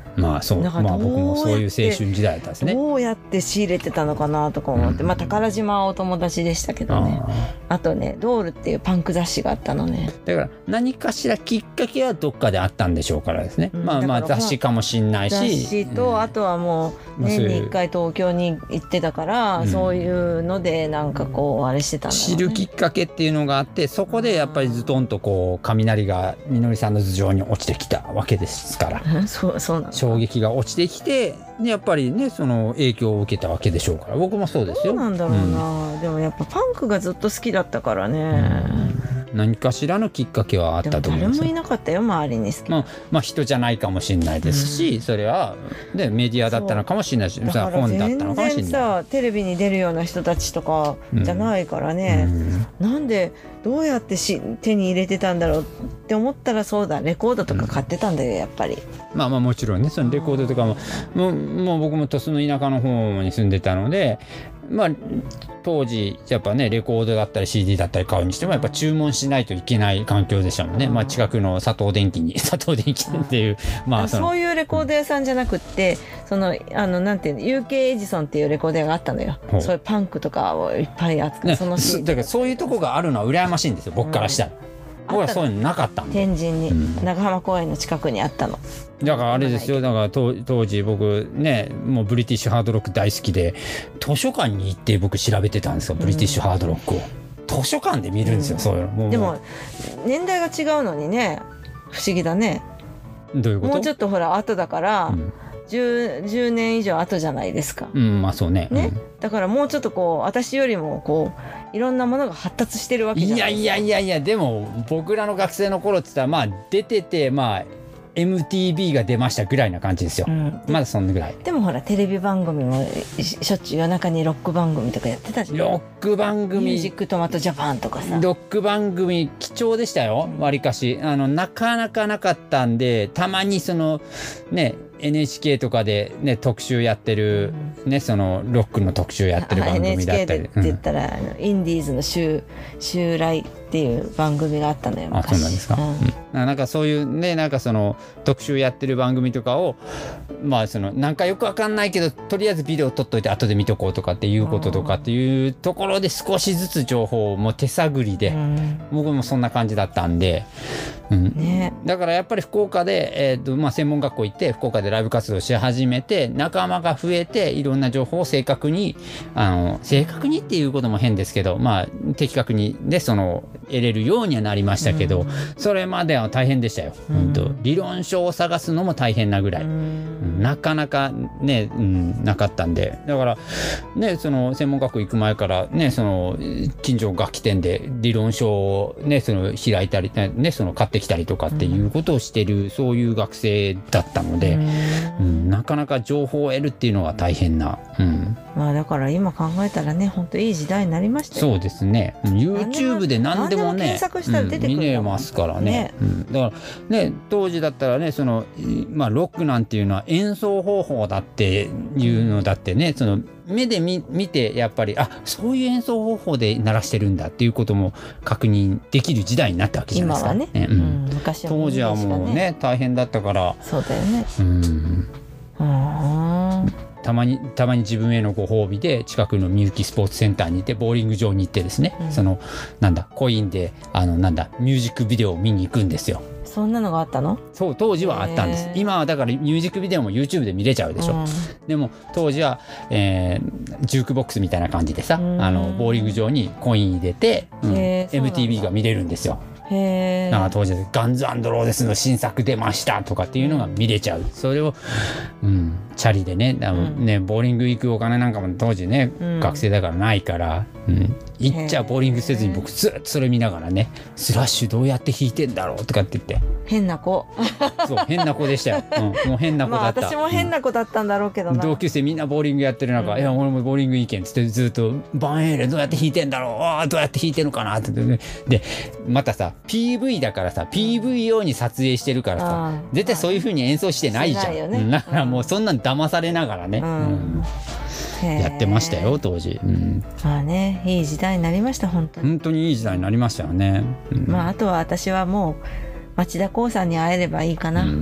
まあそう、 だからまあ僕もそういう青どうやって春時代だったんですね。 どうやって仕入れてたのかなとか思って、 うんまあ宝島はお友達でしたけどね。 ああとねドールっていうパンク雑誌があったのね。 だから何かしらきっかけはどっかであったんでしょうからですね、 うんまあまあだから雑誌かもしんないし、 雑誌と、 うんあとはもうまあそういう年にいっかい東京に行ってたから、 うんそういうのでなんかこうあれしてたんだろうね。 知るきっかけっていうのがあって、そこでやっぱりズトンとこう雷がみのりさんの頭上に落ちてきたわけですから、 うんそうそうなの。 衝撃が落ちてきて、でやっぱりねその影響を受けたわけでしょうから、僕もそうですよ。 そうなんだろうな、でもやっぱパンクがずっと好きだったからね、 うん何かしらのきっかけはあっでもたと思いますよ。 誰もいなかったよ周りに好き、 まあ、まあ人じゃないかもしれないですし、 うんそれは、ね、メディアだったのかもしれないし、さだから本だったの全かもしれ然ない。 さテレビに出るような人たちとかじゃないからね、なんでどうやってし手に入れてたんだろうって思ったら、そうだレコードとか買ってたんだよやっぱり。 まあまあもちろんねそのレコードとかももうもう僕も鳥栖の田舎の方に住んでたので、まあ当時やっぱねレコードだったり シーディー だったり買うにしてもやっぱ注文しないといけない環境でしたもんね、 うんまあ近くの佐藤電機に佐藤電機っていう、まあそのそういうレコード屋さんじゃなくってそのあのなんていうの ユーケー エジソンっていうレコード屋があったのよ。 ほうそういうパンクとかをいっぱい扱う、 ね、 そのそだからそういうとこがあるのは羨ましいんですよ僕からしたら、僕はそういうのなかったんで。 天神に、 うん長浜公園の近くにあったの。 だからあれですよ、だから当当時僕ねもうブリティッシュハードロック大好きで図書館に行って僕調べてたんですよ、ブリティッシュハードロックを図書館で見るんですよ、 うんそういうのもうでも年代が違うのにね不思議だね。 どういうこと？ もうちょっとほら後だから、 うん 10, じゅうねん以上後じゃないですか、 うん、まあそうね。 ね、だからもうちょっとこう私よりもこういろんなものが発達してるわうんいやけじゃないいやいやいや、でも僕らの学生の頃って言ったらまあ出ててまあ エムティービー が出ましたぐらいな感じですよ。 うんまだそんなぐらい。 でもほらテレビ番組もししょっちゅう夜中にロック番組とかやってたじゃん。 ロック番組ミュージックトマトジャパンとかさ。 ロック番組貴重でしたよ、わりかしあのなかなかなかったんで、たまにそのね エヌエイチケー とかでね特集やってる、ねそのロックの特集やってる番組だったエヌエイチケー でりって言ったら、あのインディーズの襲襲来っていう番組があったのよあ、そうなんですか、 うんうんなんかそういうねなんかその特集やってる番組とかをまあそのなんかよくわかんないけどとりあえずビデオ撮っといて後で見とこうとかっていうこととかっていうところで少しずつ情報をもう手探りで、 うん僕もそんな感じだったんで、うんねだからやっぱり福岡で、えーとまあ、専門学校行って福岡でライブ活動し始めて仲間が増えていろんな情報を正確にあの正確にっていうことも変ですけど、まあ、的確にでその得れるようにはなりましたけど、 うんそれまでは大変でしたよ、 うん本当理論書を探すのも大変なぐらい。 うんなかなかね、うん、なかったんでだからねその専門学校行く前からねその近所の楽器店で理論書をねその開いたりねその買ってきたりとかっていうことをしてる、そういう学生だったので、うん、なかなか情報を得るっていうのが大変な、うん、 まあだから今考えたらね本当いい時代になりましたよ。 そうですね YouTube で何でもね何でも検索したら出てくるうん見んだもんれますからねねうん、だからね当時だったらねその、まあ、ロックなんていうのは演奏方法だっていうのだってねその目で見見てやっぱりあそういう演奏方法で鳴らしてるんだっていうことも確認できる時代になったわけじゃないですか。 今はね、 うんうん昔は当時はもうね大変だったから、 そうだよね。 うんうんたまにたまに自分へのご褒美で近くのみゆきスポーツセンターに行ってボーリング場に行ってですね、 うんそのなんだコインであのなんだミュージックビデオを見に行くんですよ。 そんなのがあったの？ そう当時はあったんですへ。ー今はだからミュージックビデオも YouTube で見れちゃうでしょ、 うんでも当時は、えージュークボックスみたいな感じでさ、 うんあのボーリング場にコイン入れて、うんへーそうなんだエムティービー が見れるんですよ。 へえ。 なんか当時でガンズ&ローゼスの新作出ましたとかっていうのが見れちゃう。それを、うん、チャリでね、あのうんねボーリング行くお金なんかも当時ね、 うん学生だからないから、うん、行っちゃボーリングせずに僕ずっとそれ見ながらねスラッシュどうやって弾いてんだろうとかって言って変な子。 そう変な子でしたよ、うん、もう変な子まあだった、 私も変な子だったんだろうけどな。 同級生みんなボーリングやってる中、 うんいや俺もボーリングいいけんっつってずっとバンエーレどうやって弾いてんだろうあーどうやって弾いてるかなって言ってねでまたさ ピーブイ だからさ ピーブイ 用に撮影してるからさあー絶対そういう風に演奏してないじゃん、 してないよねうんだからもうそんなん騙されながらね、 うんうんへーやってましたよ当時、うん、 まあねいい時代になりました本当に。 本当にいい時代になりましたよね、うんまああとは私はもう町田光さんに会えればいいかな。 うん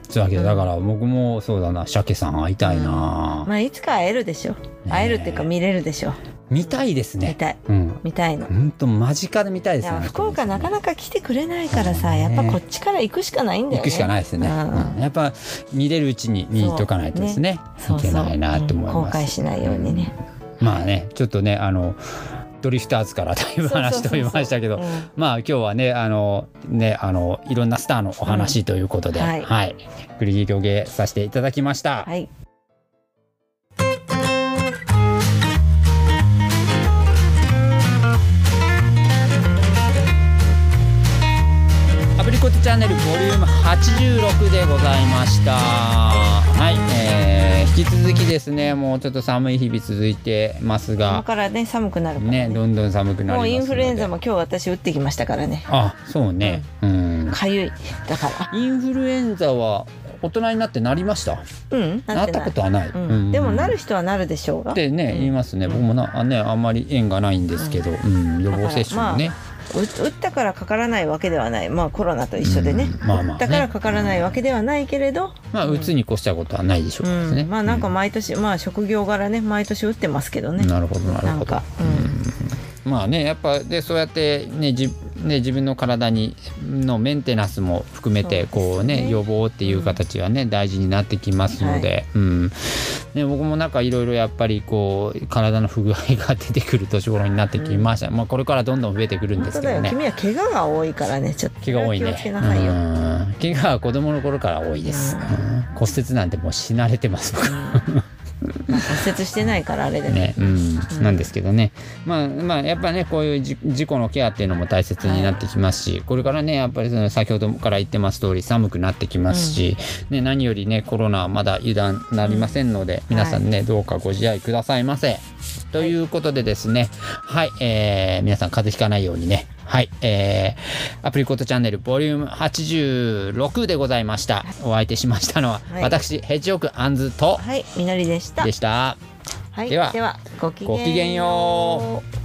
そうだけど、だから僕もそうだな、鮭さん会いたいな、 うん、まあいつか会えるでしょ、会えるっていうか見れるでしょ。 見たいですね。 見たい、 うん、 見たいの。 本当間近で見たいですね。 福岡なかなか来てくれないからさ、やっぱこっちから行くしかないんだよね。 行くしかないですね、うん、やっぱ見れるうちに見とかないとですね、いけないなと思います。 後悔しないようにね。 まあね、ちょっとね、あのドリフターズからだいぶ話しておりましたけど、まあ今日はね、あのね、あのいろんなスターのお話ということで、うん、はい、はい、繰り広げさせていただきました。 はい。 アプリコットチャンネルボリュームはちじゅうろくでございました。はい、えー、引き続きですね、もうちょっと寒い日々続いてますが、 ここからね寒くなるから ね, ねどんどん寒くなりますので、もうインフルエンザも今日私打ってきましたからね。 あ、そうね、うん、 かゆいだから。 インフルエンザは大人になってなりました？ うん、 なったことはない、 うんうん、でもなる人はなるでしょうがってね、言いますね、うん、僕もなあ、ね、あんまり縁がないんですけど、うんうん、予防接種もね、 打ったからかからないわけではない、まあコロナと一緒でね、うん、まあまあね、打ったからかからないわけではないけれど、 まあ打つに越したことはないでしょうですね、 うん、まあなんか毎年、うん、まあ職業柄ね毎年打ってますけどね。 なるほどなるほど。なんか、うん、まあね、やっぱでそうやってね、じね自分の体にのメンテナンスも含めてこうね、予防っていう形はね、うん、大事になってきますので、はい、うんね、僕もなんかいろいろやっぱりこう体の不具合が出てくる年頃になってきました、うん、まあこれからどんどん増えてくるんですけどね。 君は怪我が多いからね、ちょっと怪我多いね。 気をつけなさいよ。うん、 怪我は子供の頃から多いです、うんうん、骨折なんてもう死なれてます僕、うんまあ、骨折してないからあれで ね, ね、うんうん、なんですけどね、まあまあやっぱねこういうじ事故のケアっていうのも大切になってきますし、はい、これからねやっぱりその先ほどから言ってます通り寒くなってきますし、うんね、何よりねコロナはまだ油断なりませんので、うん、皆さんね、はい、どうかご自愛くださいませ。ということでですね、はい、えー、皆さん風邪ひかないようにね、はい、えー、アプリコットチャンネルボリュームはちじゅうろくでございました。お相手しましたのは、はい、私ヘッジオークアンズと、 はい、みのりでした。 でした。 はい、 では、 ではごきげんよう。 ごきげんよう。